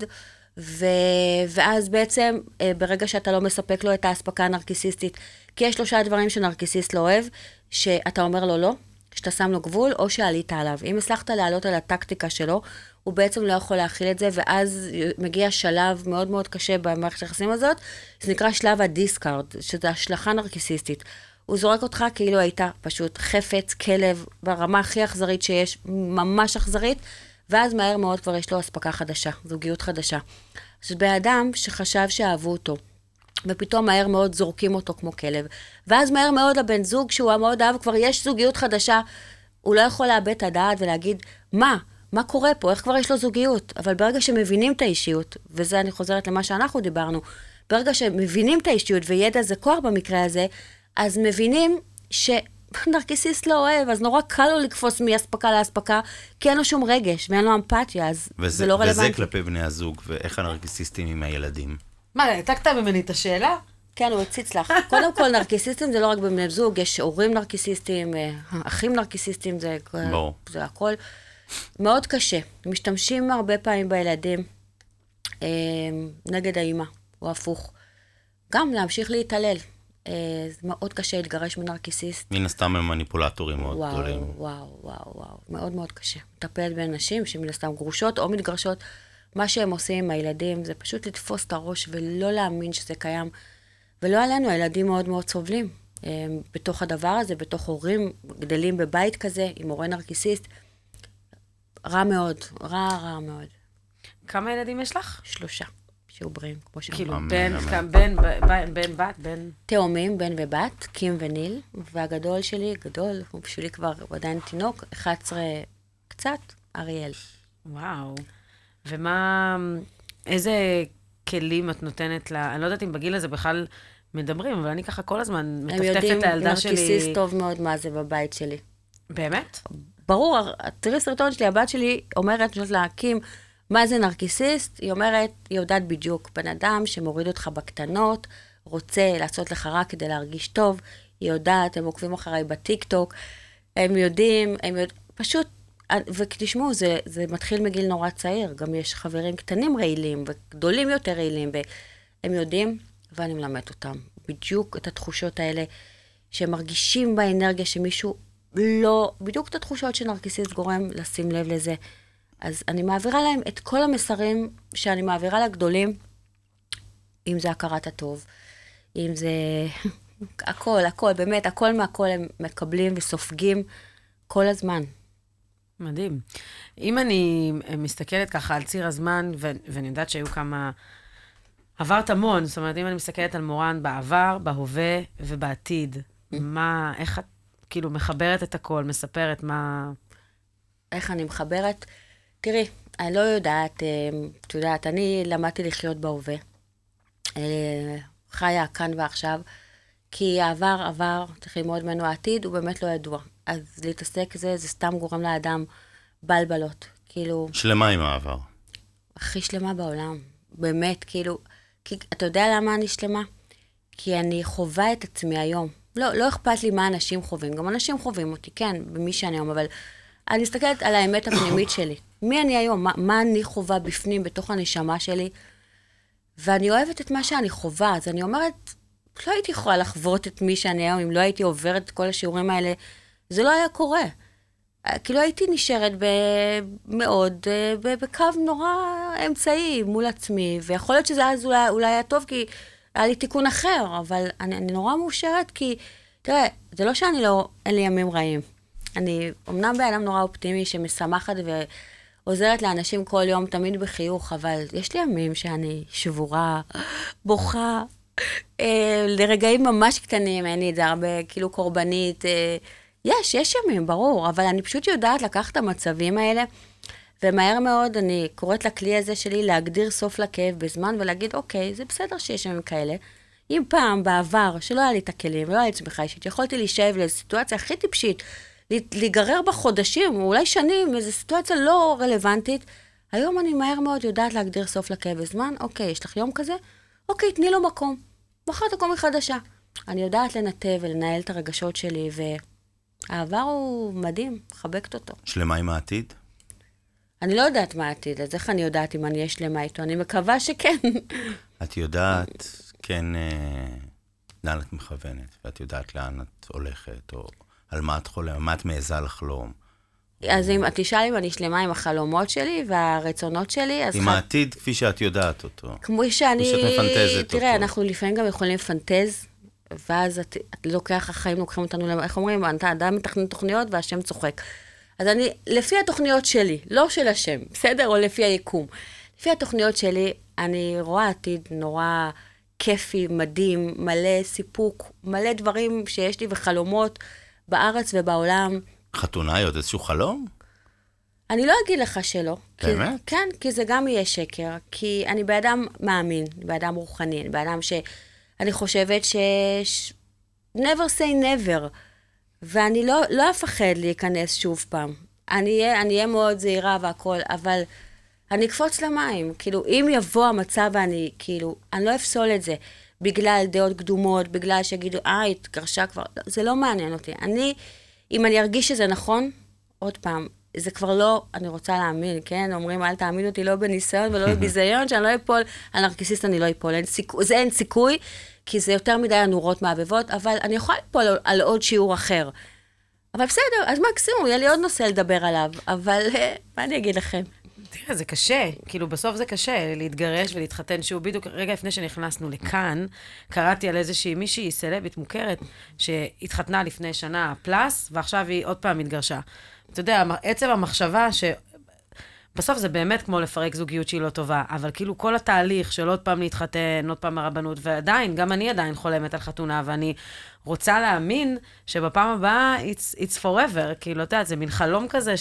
Speaker 4: ואז בעצם, ברגע שאתה לא מספק לו את ההספקה הנרקיסיסטית, כי יש 3 דברים שנרקיסיסט לא אוהב, שאתה אומר לו לא, שאתה שם לו גבול, או שעלית עליו. אם הצלחת לעלות על הטקטיקה שלו, הוא בעצם לא יכול להכיל את זה, ואז מגיע שלב מאוד מאוד קשה במערכת היחסים הזאת, זה נקרא שלב הדיסקארד, שזה השלכה נרקיסיסטית. הוא זורק אותך כאילו היית פשוט חפץ, כלב, ברמה הכי אכזרית שיש, ממש אכזרית, ואז מהר מאוד כבר יש לו הספקה חדשה, זוגיות חדשה. אז באדם שחשב שאהבו אותו, ופתאום מהר מאוד זורקים אותו כמו כלב, ואז מהר מאוד הבן זוג שהוא מאוד אהב, כבר יש זוגיות חדשה, הוא לא יכול לאבד את הדעת ולהגיד, מה קורה פה? איך כבר יש לו זוגיות? אבל ברגע שמבינים את האישיות, וזה אני חוזרת למה שאנחנו דיברנו, ברגע שמבינים את האישיות, וידע זה כוח במקרה הזה, אז מבינים נרקיסיסט לא אוהב, אז נורא קל לו לקפוץ מהספקה להספקה, כי אין לו שום רגש, ואין לו אמפתיה, אז זה לא רלוונטי.
Speaker 1: וזה כלפי בני הזוג, ואיך הנרקיסיסטים עם הילדים?
Speaker 2: מה, העתקת ממני את השאלה?
Speaker 4: כן, הוא הציץ לך. קודם כל, נרקיסיסטים זה לא רק בבני זוג, יש הורים נרקיסיסטים, אחים נרקיסיסטים, זה הכל מאוד קשה. משתמשים הרבה פעמים בילדים נגד האמא, או הפוך. גם להמשיך להתעלל. זה מאוד קשה להתגרש מנרקיסיסט.
Speaker 1: מן הסתם הם מניפולטורים מאוד גדולים.
Speaker 4: וואו. מאוד מאוד קשה. מטפלת באנשים שמן הסתם גרושות או מתגרשות. מה שהם עושים עם הילדים זה פשוט לתפוס את הראש ולא להאמין שזה קיים. ולא עלינו, הילדים מאוד מאוד סובלים. בתוך הדבר הזה, בתוך הורים גדלים בבית כזה, עם הורה נרקיסיסט. רע מאוד, רע מאוד.
Speaker 2: כמה ילדים יש לך?
Speaker 4: 3 שעוברים, כמו שאמרו.
Speaker 2: כאילו,
Speaker 1: אמן.
Speaker 2: בן, בת, בן...
Speaker 4: תאומים, בן ובת, קים וניל, והגדול שלי, גדול, הוא בשבילי כבר עדיין תינוק, 11 קצת, אריאל.
Speaker 2: וואו. ומה... איזה כלים את נותנת לה? אני לא יודעת אם בגיל הזה בכלל מדברים, אבל אני ככה כל הזמן מטפטפת לילדה שלי...
Speaker 4: הם יודעים, נרקיסיסט טוב מאוד מה זה בבית שלי.
Speaker 2: באמת?
Speaker 4: ברור, תראי סרטון שלי, הבת שלי אומרת, שואלת לה, קים, מה זה נרקיסיסט? היא אומרת, היא יודעת בדיוק, בן אדם שמוריד אותך בקטנות, רוצה לעשות לך רע כדי להרגיש טוב, היא יודעת, הם עוקבים אחריי בטיק-טוק, הם יודעים, פשוט, ותשמעו, זה מתחיל מגיל נורא צעיר, גם יש חברים קטנים רעילים, וגדולים יותר רעילים, והם יודעים, ואני מלמד אותם, בדיוק את התחושות האלה, שהם מרגישים באנרגיה שמישהו לא, בדיוק את התחושות שנרקיסיסט גורם לשים לב לזה. אז אני מעבירה להם את כל המסרים שאני מעבירה לגדולים, אם זה הכרת הטוב, אם זה הכל, באמת, הכל מהכל הם מקבלים וסופגים כל הזמן.
Speaker 2: מדהים. אם אני מסתכלת ככה על ציר הזמן, ואני יודעת שהיו כמה... עברת המון, זאת אומרת, אם אני מסתכלת על מורן בעבר, בהווה ובעתיד, איך את כאילו מחברת את הכל, מספרת מה...
Speaker 4: איך אני מחברת? תראי, אני לא יודעת, את יודעת, אני למדתי לחיות בהווה. חיה כאן ועכשיו, כי העבר, צריך ללמוד ממנו העתיד, הוא באמת לא ידוע. אז להתעסק זה סתם גורם לאדם בלבלות. כאילו...
Speaker 1: שלמה עם העבר.
Speaker 4: הכי שלמה בעולם. באמת, כאילו... כי אתה יודע למה אני שלמה? כי אני חווה את עצמי היום. לא אכפת לי מה אנשים חווים. גם אנשים חווים אותי, כן, במי שאני היום, אבל אני מסתכלת על האמת הפנימית שלי. מי אני היום? מה אני חווה בפנים, בתוך הנשמה שלי? ואני אוהבת את מה שאני חווה. אז אני אומרת, לא הייתי יכולה לחוות את מי שאני היום, אם לא הייתי עוברת את כל השיעורים האלה, זה לא היה קורה. כאילו הייתי נשארת מאוד, בקו נורא אמצעי מול עצמי, ויכול להיות שזה אז אולי היה טוב, כי היה לי תיקון אחר, אבל אני נורא מאושרת, כי, תראה, זה לא אין לי ימים רעים. אני אמנם באדם נורא אופטימי, שמשמחת ועוזרת לאנשים כל יום, תמיד בחיוך, אבל יש לי ימים שאני שבורה, בוכה, לרגעים ממש קטנים, אין לי את זה הרבה, כאילו קורבנית, יש ימים, ברור, אבל אני פשוט יודעת לקחת את המצבים האלה, ומהר מאוד אני קוראת לכלי הזה שלי להגדיר סוף לכאב בזמן, ולהגיד, אוקיי, זה בסדר שיש ימים כאלה. אם פעם בעבר, שלא היה לי את הכלים, ולא היה לי צמיחה אישית, יכולתי להישאב לסיטואציה הכי טיפשית, להיגרר בחודשים, או אולי שנים, איזו סיטואציה לא רלוונטית, היום אני מהר מאוד יודעת להגדיר סוף לכאב בזמן, אוקיי, יש לך יום כזה? אוקיי, תני לו מקום. מחר תקום מחדשה. אני יודעת לנתב ולנהל את הרגשות שלי, העבר הוא מדהים, מחבקת אותו. שלמה עם העתיד? אני לא יודעת מה העתיד, אז איך אני יודעת אם אני אהיה שלמה איתו? אני מקווה שכן. את יודעת, כן, לאן את מכוונת, ואת יודעת לאן את הולכת, או על מה את חולמת, מה את מעיזה לחלום. אז אם את תשאל אם אני שלמה עם החלומות שלי והרצונות שלי, אז... עם העתיד כפי שאת יודעת אותו. כמו שאני... כפי שאת מפנטזת אותו. תראה, אנחנו לפעמים גם יכולים לפנטז, ואז את לוקח, החיים לוקחים אותנו, איך אומרים, אתה אדם מתכנן תוכניות והשם צוחק. אז אני, לפי התוכניות שלי, לא של השם, בסדר? או לפי היקום. לפי התוכניות שלי, אני רואה עתיד נורא כיפי, מדהים, מלא סיפוק, מלא דברים שיש לי וחלומות בארץ ובעולם. חתונה היא עוד איזשהו חלום? אני לא אגיד לך שלא. באמת? כן, כי זה גם יהיה שקר. כי אני באדם מאמין, באדם רוחני, אני באדם אני חושבת never say never, ואני לא אפחד להיכנס שוב פעם. אני אהיה מאוד זהירה והכל, אבל אני אקפוץ למים. כאילו, אם יבוא המצב ואני, כאילו, אני לא אפסול את זה, בגלל דעות קדומות, בגלל שיגידו, התגרשה כבר, זה לא מעניין אותי. אם אני ארגיש שזה נכון, עוד פעם, זה כבר לא, אני רוצה להאמין, כן? אומרים, אל תאמין אותי לא בניסיון ולא בביזיון, שאני לא אפול, על נרקיסיסט אני לא אפול, זה אין סיכוי, כי זה יותר מדי הנורות מעבבות, אבל אני יכולה לפול על עוד שיעור אחר. אבל בסדר, אז מקסימום, יהיה לי עוד נושא לדבר עליו, אבל מה אני אגיד לכם?
Speaker 2: תראה, זה קשה, כאילו בסוף זה קשה להתגרש ולהתחתן שוב. בדיוק רגע לפני שנכנסנו לכאן, קראתי על איזושהי מישהי סלבית מוכרת, שהתחתנה לפני שנה פלס, ועכשיו היא עוד פעם התגרשה. אתה יודע, עצם המחשבה בסוף זה באמת כמו לפרק זוגיות שהיא לא טובה, אבל כאילו כל התהליך של עוד פעם להתחתן, עוד פעם הרבנות, ועדיין, גם אני עדיין חולמת על חתונה, ואני רוצה להאמין שבפעם הבאה it's forever, כאילו, אתה יודע, זה מין חלום כזה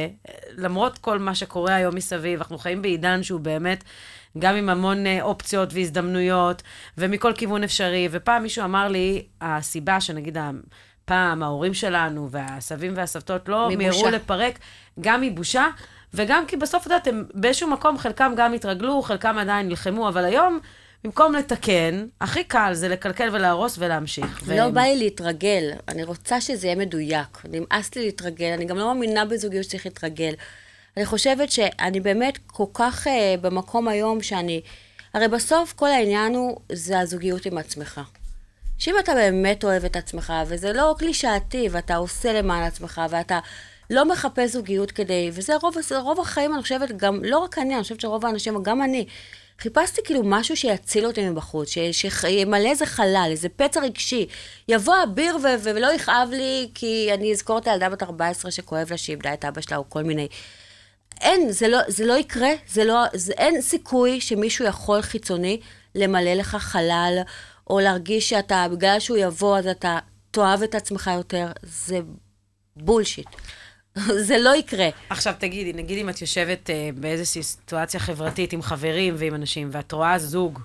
Speaker 2: שלמרות כל מה שקורה היום מסביב, אנחנו חיים בעידן שהוא באמת, גם עם המון אופציות והזדמנויות, ומכל כיוון אפשרי, ופעם מישהו אמר לי, הסיבה שנגיד פעם ההורים שלנו והסבים והסבתות לא מיהרו לפרק, גם מבושה, וגם כי בסוף, יודעת, הם באיזשהו מקום, חלקם גם התרגלו, חלקם עדיין נלחמו, אבל היום, במקום לתקן, הכי קל זה לקלקל ולהרוס ולהמשיך.
Speaker 4: לא בא לי להתרגל, אני רוצה שזה יהיה מדויק. נמאס לי להתרגל, אני גם לא מאמינה בזוגיות שצריך להתרגל. אני חושבת שאני באמת כל כך במקום היום שאני... הרי בסוף כל העניין הוא, זה הזוגיות עם עצמך. שאם אתה באמת אוהב את עצמך, וזה לא קלישאתי, ואתה עושה למען עצמך, ואתה... לא מחפש זוגיות כדי, וזה רוב החיים, אני חושבת, גם, לא רק אני חושבת שרוב האנשים, גם אני, חיפשתי כאילו משהו שיציל אותי מבחוץ, שימלא איזה חלל, איזה פצע רגשי, יבוא אביר ולא יכאב לי, כי אני אזכור את הילדה בת 14 שכואב לה, שאיבדה את אבא שלה, או כל מיני. אין, זה לא יקרה, אין סיכוי שמישהו יכול חיצוני למלא לך חלל, או להרגיש שאתה, בגלל שהוא יבוא, אז אתה תאהב את עצמך יותר, זה בולשיט. זה לא יקרה.
Speaker 2: עכשיו תגידי, נגיד אם את יושבת באיזושהי סיטואציה חברתית עם חברים ועם אנשים, ואת רואה זוג,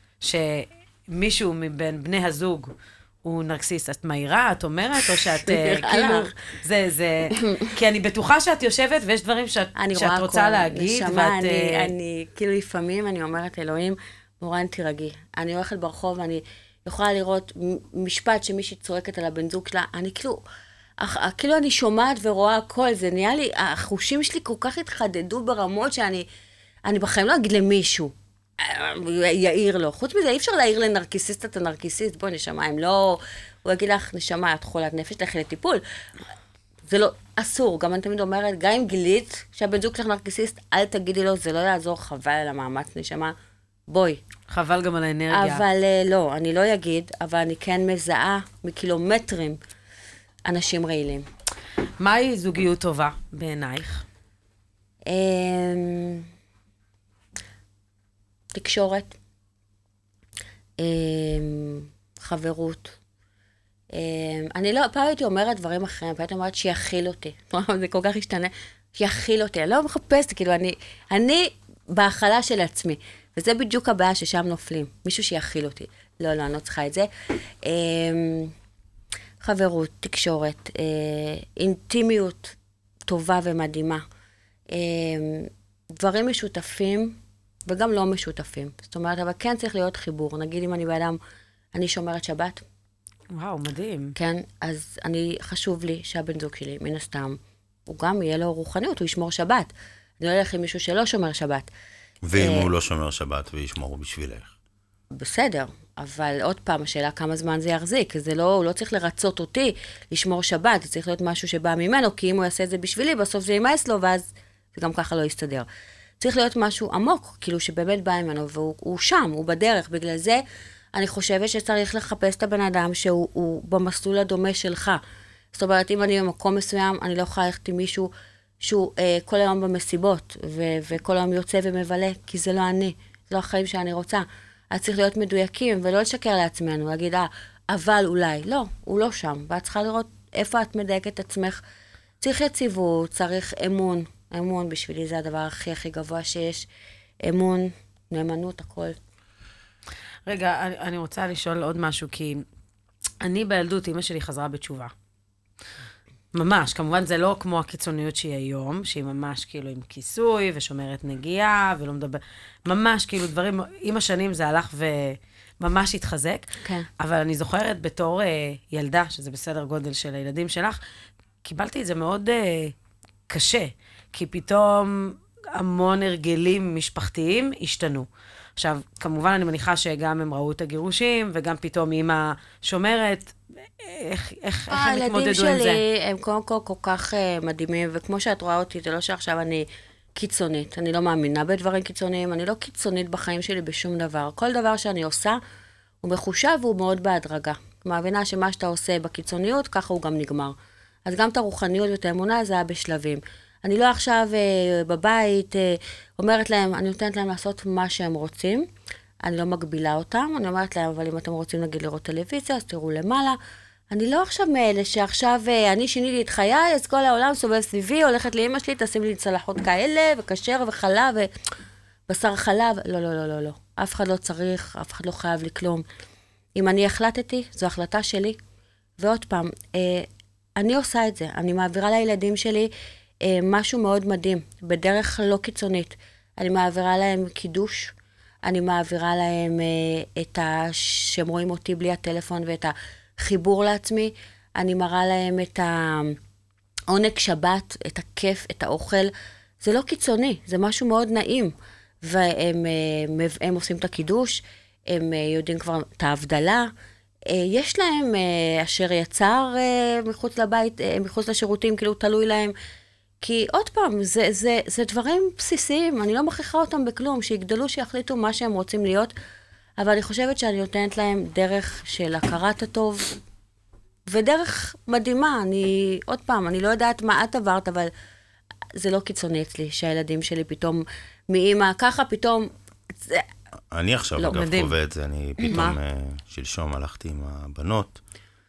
Speaker 2: שמישהו מבין בני הזוג הוא נרקסיסט, את מהירה, את אומרת, או שאת כאילו, זה, כי אני בטוחה שאת יושבת ויש דברים שאת רוצה להגיד,
Speaker 4: ואת... אני, כאילו לפעמים אני אומרת, אלוהים, מורן תירגעי. אני הולכת ברחוב ואני יכולה לראות משפט שמישהי צועקת על הבן זוג שלה, אני כאילו אני שומעת ורואה הכל, זה נהיה לי, החושים שלי כל כך התחדדו ברמות שאני בחיים לא אגיד למישהו, יעיר לו. חוץ מזה, אי אפשר להעיר לנרקיסיסט את הנרקיסיסט, בואי נשמה, אם לא, הוא יגיד לך, נשמה, את חולת נפש, תלכי לטיפול. זה לא, אסור, גם אני תמיד אומרת, גם אם גילית שהבן זוג שלך נרקיסיסט, אל תגידי לו, זה לא יעזור, חבל על המאמץ, נשמה, בואי.
Speaker 2: חבל גם על האנרגיה.
Speaker 4: אבל לא, אני לא אגיד, אבל אני כן מזהה מקילומטרים, אנשים רעילים.
Speaker 2: מהי זוגיות טובה בעינייך?
Speaker 4: תקשורת, חברות. אני לא, פעם הייתי אומרת דברים אחרים, פעם הייתי אומרת שיכיל אותי. זה כל כך השתנה, שיכיל אותי. אני לא מחפשת, כאילו, אני בהכלה של עצמי. וזה בדיוק הבעיה ששם נופלים. מישהו שיכיל אותי. לא, אני לא צריכה את זה. חברות, תקשורת, אינטימיות טובה ומדהימה, דברים משותפים וגם לא משותפים. זאת אומרת, אבל כן צריך להיות חיבור. נגיד אם אני באדם, אני שומרת שבת.
Speaker 2: וואו, מדהים.
Speaker 4: כן, אז חשוב לי שהבן זוג שלי, מן הסתם, הוא גם יהיה לו רוחניות, הוא ישמור שבת. אני לא אלך עם מישהו שלא שומר שבת.
Speaker 1: ואם הוא לא שומר שבת וישמור בשבילך?
Speaker 4: בסדר. אבל עוד פעם, השאלה כמה זמן זה יחזיק, זה לא, הוא לא צריך לרצות אותי לשמור שבת, זה צריך להיות משהו שבא ממנו, כי אם הוא יעשה את זה בשבילי, בסוף זה יימאס לו, ואז זה גם ככה לא יסתדר. צריך להיות משהו עמוק, כאילו שבאמת בא ממנו, והוא שם, הוא בדרך, בגלל זה אני חושבת שצריך לחפש את הבן אדם שהוא במסלול הדומה שלך. זאת אומרת, אם אני במקום מסוים, אני לא יכולה ללכת עם מישהו שהוא כל היום במסיבות, וכל היום יוצא ומבלה, כי זה לא אני, זה לא החיים שאני רוצה. אז צריך להיות מדויקים, ולא לשקר לעצמנו, להגיד, אבל אולי. לא, הוא לא שם. ואת צריכה לראות איפה את מדייקת את עצמך. צריך יציבות, צריך אמון. אמון בשבילי זה הדבר הכי הכי גבוה שיש. אמון, נאמנות, הכל.
Speaker 2: רגע, אני רוצה לשאול עוד משהו, כי אני בילדות, אמא שלי חזרה בתשובה. ממש, כמובן זה לא כמו הקיצוניות שהיא היום, שהיא ממש כאילו עם כיסוי ושומרת נגיעה ולא מדבר, ממש כאילו דברים, עם השנים זה הלך וממש התחזק,
Speaker 4: כן.
Speaker 2: אבל אני זוכרת בתור ילדה, שזה בסדר גודל של הילדים שלך, קיבלתי את זה מאוד קשה, כי פתאום המון הרגלים משפחתיים השתנו. עכשיו, כמובן אני מניחה שגם הם ראו את הגירושים, וגם פתאום אמא שומרת, איך הם התמודדו עם זה?
Speaker 4: הילדים שלי הם קודם כל כך מדהימים, וכמו שאת רואה אותי, זה לא שעכשיו אני קיצונית, אני לא מאמינה בדברים קיצוניים, אני לא קיצונית בחיים שלי בשום דבר. כל דבר שאני עושה, הוא מחושב והוא מאוד בהדרגה. מאמינה שמה שאתה עושה בקיצוניות, ככה הוא גם נגמר. אז גם את הרוחניות ואת האמונה, זה היה בשלבים. אני לא עכשיו בבית אומרת להם, אני נותנת להם לעשות מה שהם רוצים, אני לא מגבילה אותם, אני אומרת להם, אבל אם אתם רוצים נגיד לראות טלוויזיה, אז תראו למעלה. אני לא עכשיו מאלה שעכשיו אני שיניתי את חיי, אז כל העולם סובב סביבי, הולכת לאמא שלי, תשים לי צלחות כאלה, וכשר וחלב, ובשר חלב. לא, לא, לא, לא, לא. אף אחד לא צריך, אף אחד לא חייב לי כלום. אם אני החלטתי, זו החלטה שלי. ועוד פעם, אני עושה את זה. אני מעבירה לילדים שלי משהו מאוד מדהים, בדרך לא קיצונית. אני מעבירה להם קידוש, אני מעבירה להם את שהם רואים אותי בלי הטלפון ואת החיבור לעצמי, אני מראה להם את העונג שבת, את הכיף, את האוכל. זה לא קיצוני, זה משהו מאוד נעים. והם עושים את הקידוש, הם יודעים כבר את ההבדלה. יש להם אשר יצר מחוץ לבית, מחוץ לשירותים, כאילו תלוי להם. כי עוד פעם, זה דברים בסיסיים, אני לא מכריחה אותם בכלום, שיגדלו, שיחליטו מה שהם רוצים להיות, אבל אני חושבת שאני נותנת להם דרך של הכרת הטוב, ודרך מדהימה. עוד פעם, אני לא יודעת מה את עברת, אבל זה לא קיצוני אצלי, שהילדים שלי פתאום מאמא ככה, פתאום...
Speaker 1: אני עכשיו,
Speaker 2: לא,
Speaker 1: אגב,
Speaker 2: מדהים.
Speaker 1: חווה את זה, אני פתאום שלשום הלכתי עם הבנות,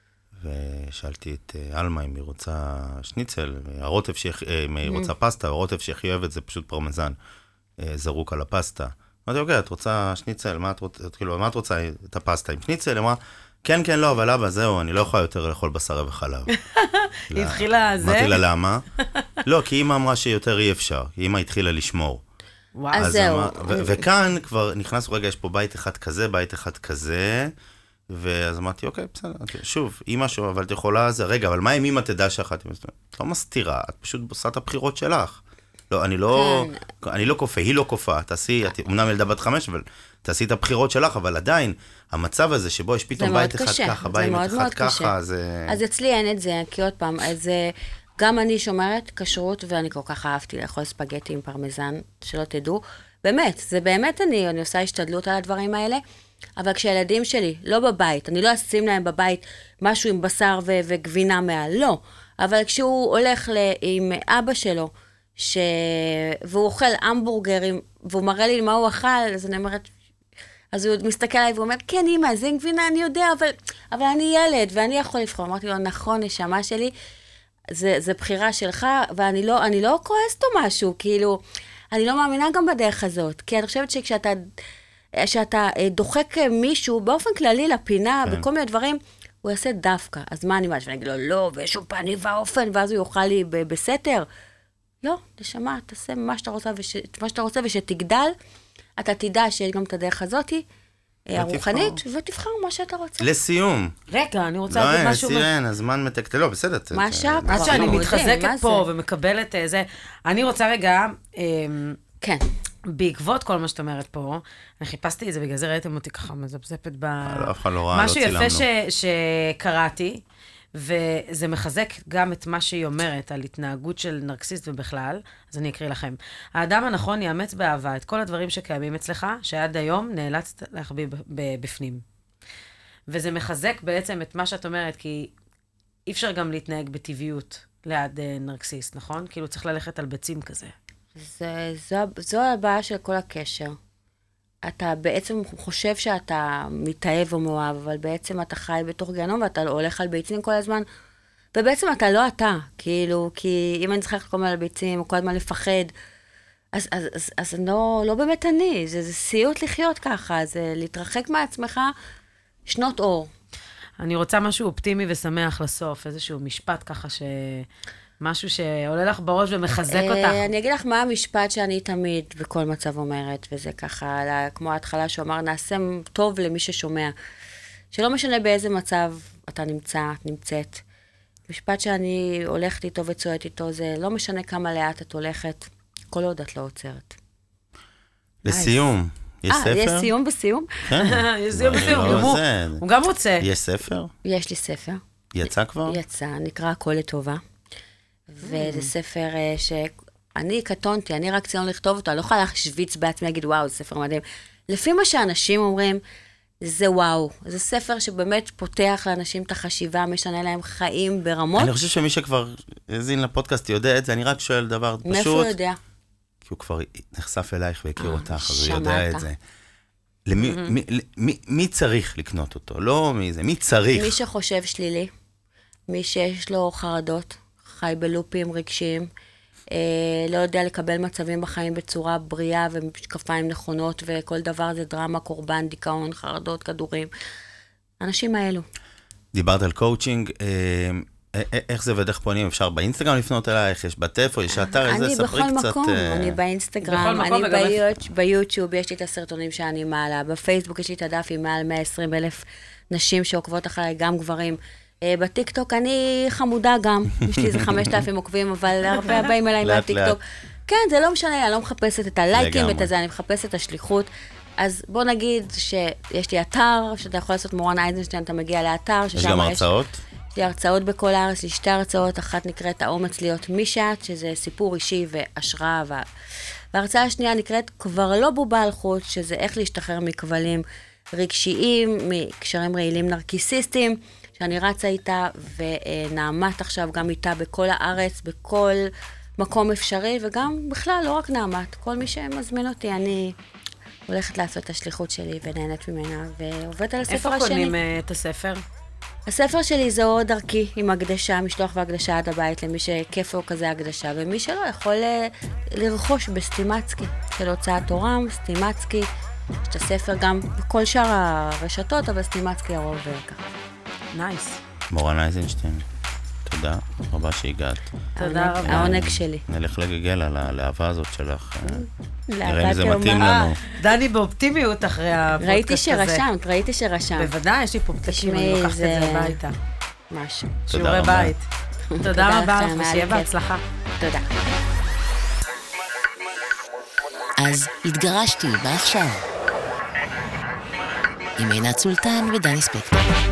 Speaker 1: ושאלתי את אלמה אם היא רוצה שניצל, אם היא רוצה פסטה, הרוטב שהכי אוהבת זה פשוט פרמזן זרוק על הפסטה. אמרתי, אוקיי, את רוצה שניצל, מה את רוצה את הפסטה עם שניצל? היא אמרה, כן, כן, לא, אבל אבא, זהו, אני לא יכולה יותר לאכול בשר וחלב.
Speaker 2: היא התחילה זה?
Speaker 1: אמרתי לה, למה? לא, כי אמא אמרה שיותר אי אפשר, כי אמא התחילה לשמור.
Speaker 2: וואו.
Speaker 4: זהו.
Speaker 1: וכאן כבר נכנסנו, רגע, יש פה בית אחד כזה, בית אחד כזה, ואז אמרתי, אוקיי, בסדר, שוב, אמא שוב, אבל את יכולה, רגע, אבל מה אם אמא תדע שאחת, את לא מסתירה, את פשוט עושה את הבחירות שלך. לא, אני לא כופה, היא לא כופה, תעשי, אמנם ילדה בת 5, אבל תעשי את הבחירות שלך, אבל עדיין, המצב הזה שבו יש פתאום בית אחד ככה, בית אחד ככה, זה...
Speaker 4: אז אצלי אין את זה, כי עוד פעם, אז גם אני שומרת כשרות, ואני כל כך אהבתי לאכול ספגטי עם פרמזן, שלא תדעו. באמת, זה באמת אני עושה השתדלות על הדברים האלה, אבל כשהילדים שלי לא בבית, אני לא אשים להם בבית משהו עם בשר וגבינה מעל, לא. אבל כשהוא הולך עם אבא שלו, והוא אוכל המבורגרים, והוא מראה לי מה הוא אכל, אז אני אומרת, אז הוא מסתכל עליי ואומר, כן, אמא, זה עם גבינה, אני יודע, אבל אני ילד, ואני יכול לבחור. אמרתי לו, נכון, נשמה שלי, זה בחירה שלך, ואני לא כועסת או משהו, כאילו, אני לא מאמינה גם בדרך הזאת, כי אני חושבת שכשאתה דוחק מישהו באופן כללי לפינה,
Speaker 1: כן.
Speaker 4: בכל מיני דברים, הוא יעשה דווקא. אז מה אני אומרת? ואני אגיד לו, לא, בשום פנים ואופן, ואז הוא יאכל לי בסתר. לא, נשמה, תעשה מה שאתה רוצה, ושתגדל, אתה תדע שיש גם את הדרך הזאת, הרוחנית, ותבחר מה שאתה רוצה.
Speaker 1: לסיום.
Speaker 2: רגע, אני רוצה להגיד משהו...
Speaker 1: לא, אין, הזמן מתקתל, לא, בסדר.
Speaker 4: מה השעה?
Speaker 2: עד שאני מתחזקת פה ומקבלת זה, אני רוצה רגע...
Speaker 4: כן.
Speaker 2: בעקבות כל מה שאת אומרת פה, אני חיפשתי את זה, בגלל זה ראיתם אותי ככה מזפזפת
Speaker 1: אף אחד לא ראה, לא צילמנו.
Speaker 2: משהו יפה שקראתי, וזה מחזק גם את מה שהיא אומרת על התנהגות של נרקסיסט ובכלל, אז אני אקריא לכם. האדם הנכון יאמץ באהבה את כל הדברים שקיימים אצלך, שעד היום נאלצת להחביא בפנים. וזה מחזק בעצם את מה שאת אומרת, כי אי אפשר גם להתנהג בטבעיות ליד נרקסיסט, נכון? כאילו צריך ללכת על ביצים כזה.
Speaker 4: זו הבעיה של כל הקשר. אתה בעצם חושב שאתה מתאהב או מאוהב, אבל בעצם אתה חי בתוך גיהנום, ואתה הולך על ביצים כל הזמן, ובעצם אתה לא אתה, כאילו, כי אם אני צריכה ללכת כל הזמן על ביצים, או כל הזמן לפחד, אז לא באמת אני, זה סיוט לחיות ככה, זה להתרחק מעצמך שנות אור.
Speaker 2: אני רוצה משהו אופטימי ושמח לסוף, איזשהו משפט ככה משהו שעולה לך בראש ומחזק אותך.
Speaker 4: אני אגיד לך מה המשפט שאני תמיד בכל מצב אומרת, וזה ככה, כמו ההתחלה שאומר, נעשה טוב למי ששומע. שלא משנה באיזה מצב אתה נמצא, את נמצאת. משפט שאני הולכת איתו וצועדת איתו, זה לא משנה כמה לאט את הולכת, כל עוד את לא עוצרת.
Speaker 1: לסיום, יש ספר?
Speaker 4: יש סיום בסיום?
Speaker 1: כן.
Speaker 2: יש סיום בסיום, הוא גם רוצה.
Speaker 1: יש ספר?
Speaker 4: יש לי ספר.
Speaker 1: יצא כבר?
Speaker 4: יצא, נקרא הכל לטובה. וזה ספר שאני קטונתי, אני רק ציון לכתוב אותו, אני לא יכולה להשוויץ בעצמי, להגיד, וואו, זה ספר מדהים. לפי מה שאנשים אומרים, זה וואו. זה ספר שבאמת פותח לאנשים את החשיבה, משנה להם חיים ברמות.
Speaker 1: אני חושב שמי שכבר הזין לפודקאסט יודע את זה, אני רק שואל דבר פשוט.
Speaker 4: מאיפה הוא יודע?
Speaker 1: כי הוא כבר נחשף אלייך והכיר אותך, אז הוא יודע את זה. מי צריך לקנות אותו? לא מי זה, מי צריך?
Speaker 4: מי שחושב שלילי, מי שיש לו חרדות, חי בלופים רגשיים, לא יודע לקבל מצבים בחיים בצורה בריאה ומשקפיים נכונות, וכל דבר זה דרמה, קורבן, דיכאון, חרדות, כדורים. אנשים האלו.
Speaker 1: דיברת על קואוצ'ינג, איך זה ודרך פונים? אפשר באינסטגרם לפנות אלייך? יש בטלפון, יש אתר, איזה ספרי קצת...
Speaker 4: אני בכל מקום, אני באינסטגרם, אני ביוטיוב, יש לי את הסרטונים שאני מעלה, בפייסבוק יש לי את הדף עם מעל 120,000 נשים שעוקבות אחריי, גם גברים. בטיקטוק אני חמודה גם, יש לי איזה 5,000 עוקבים, אבל הרבה הבאים אליי מהטיקטוק. כן, זה לא משנה, אני לא מחפשת את הלייקים ואת הזה, אני מחפשת את השליחות. אז בוא נגיד שיש לי אתר, שאתה יכול לעשות מורן אייזנשטיין, אתה מגיע לאתר.
Speaker 1: יש גם הרצאות?
Speaker 4: יש לי הרצאות בכל הארץ, יש לי 2 הרצאות, אחת נקראת האומץ להיות מי שאת, שזה סיפור אישי והשראה. וההרצאה השנייה נקראת כבר לא בובה על חוט, שזה איך להשתחרר מכבלים רגשיים, מקשרים רעילים נרקיסיסטיים, שאני רצה איתה ונעמת עכשיו גם איתה בכל הארץ, בכל מקום אפשרי, וגם בכלל לא רק נעמת, כל מי שמזמין אותי, אני הולכת לעשות את השליחות שלי ונהנית ממנה, ועובדת על הספר השני.
Speaker 2: איפה קונים את הספר?
Speaker 4: הספר שלי זה עוד דרכי עם הקדשה, משלוח והקדשה עד הבית, למי שכיפו כזה הקדשה, ומי שלא יכול לרכוש בסטימצקי, של הוצאת תורם, סטימצקי, יש את הספר גם בכל שאר הרשתות, אבל סטימצקי הרוב ככה.
Speaker 2: נייס.
Speaker 1: מורן אייזנשטיין, תודה רבה שהגעת.
Speaker 2: תודה רבה.
Speaker 4: העונג שלי.
Speaker 1: נלך לגגל על האהבה הזאת שלך. נראה אם
Speaker 4: לאהבה
Speaker 1: זה מתאים
Speaker 4: תאומה.
Speaker 1: לנו.
Speaker 2: דני באופטימיות אחרי הפודקאסט הזה.
Speaker 4: ראיתי שרשמת.
Speaker 2: בוודאי, יש לי פה פתקים, אני לוקחת את זה הביתה.
Speaker 4: משהו.
Speaker 2: שיעורי
Speaker 1: רבה.
Speaker 2: בית. תודה רבה
Speaker 4: לכם,
Speaker 2: לך,
Speaker 4: היה
Speaker 2: ושיהיה
Speaker 4: לי כיף.
Speaker 2: בהצלחה.
Speaker 4: תודה.
Speaker 3: אז התגרשתי, בעכשיו. עם עינת סולטן ודני ספקטור.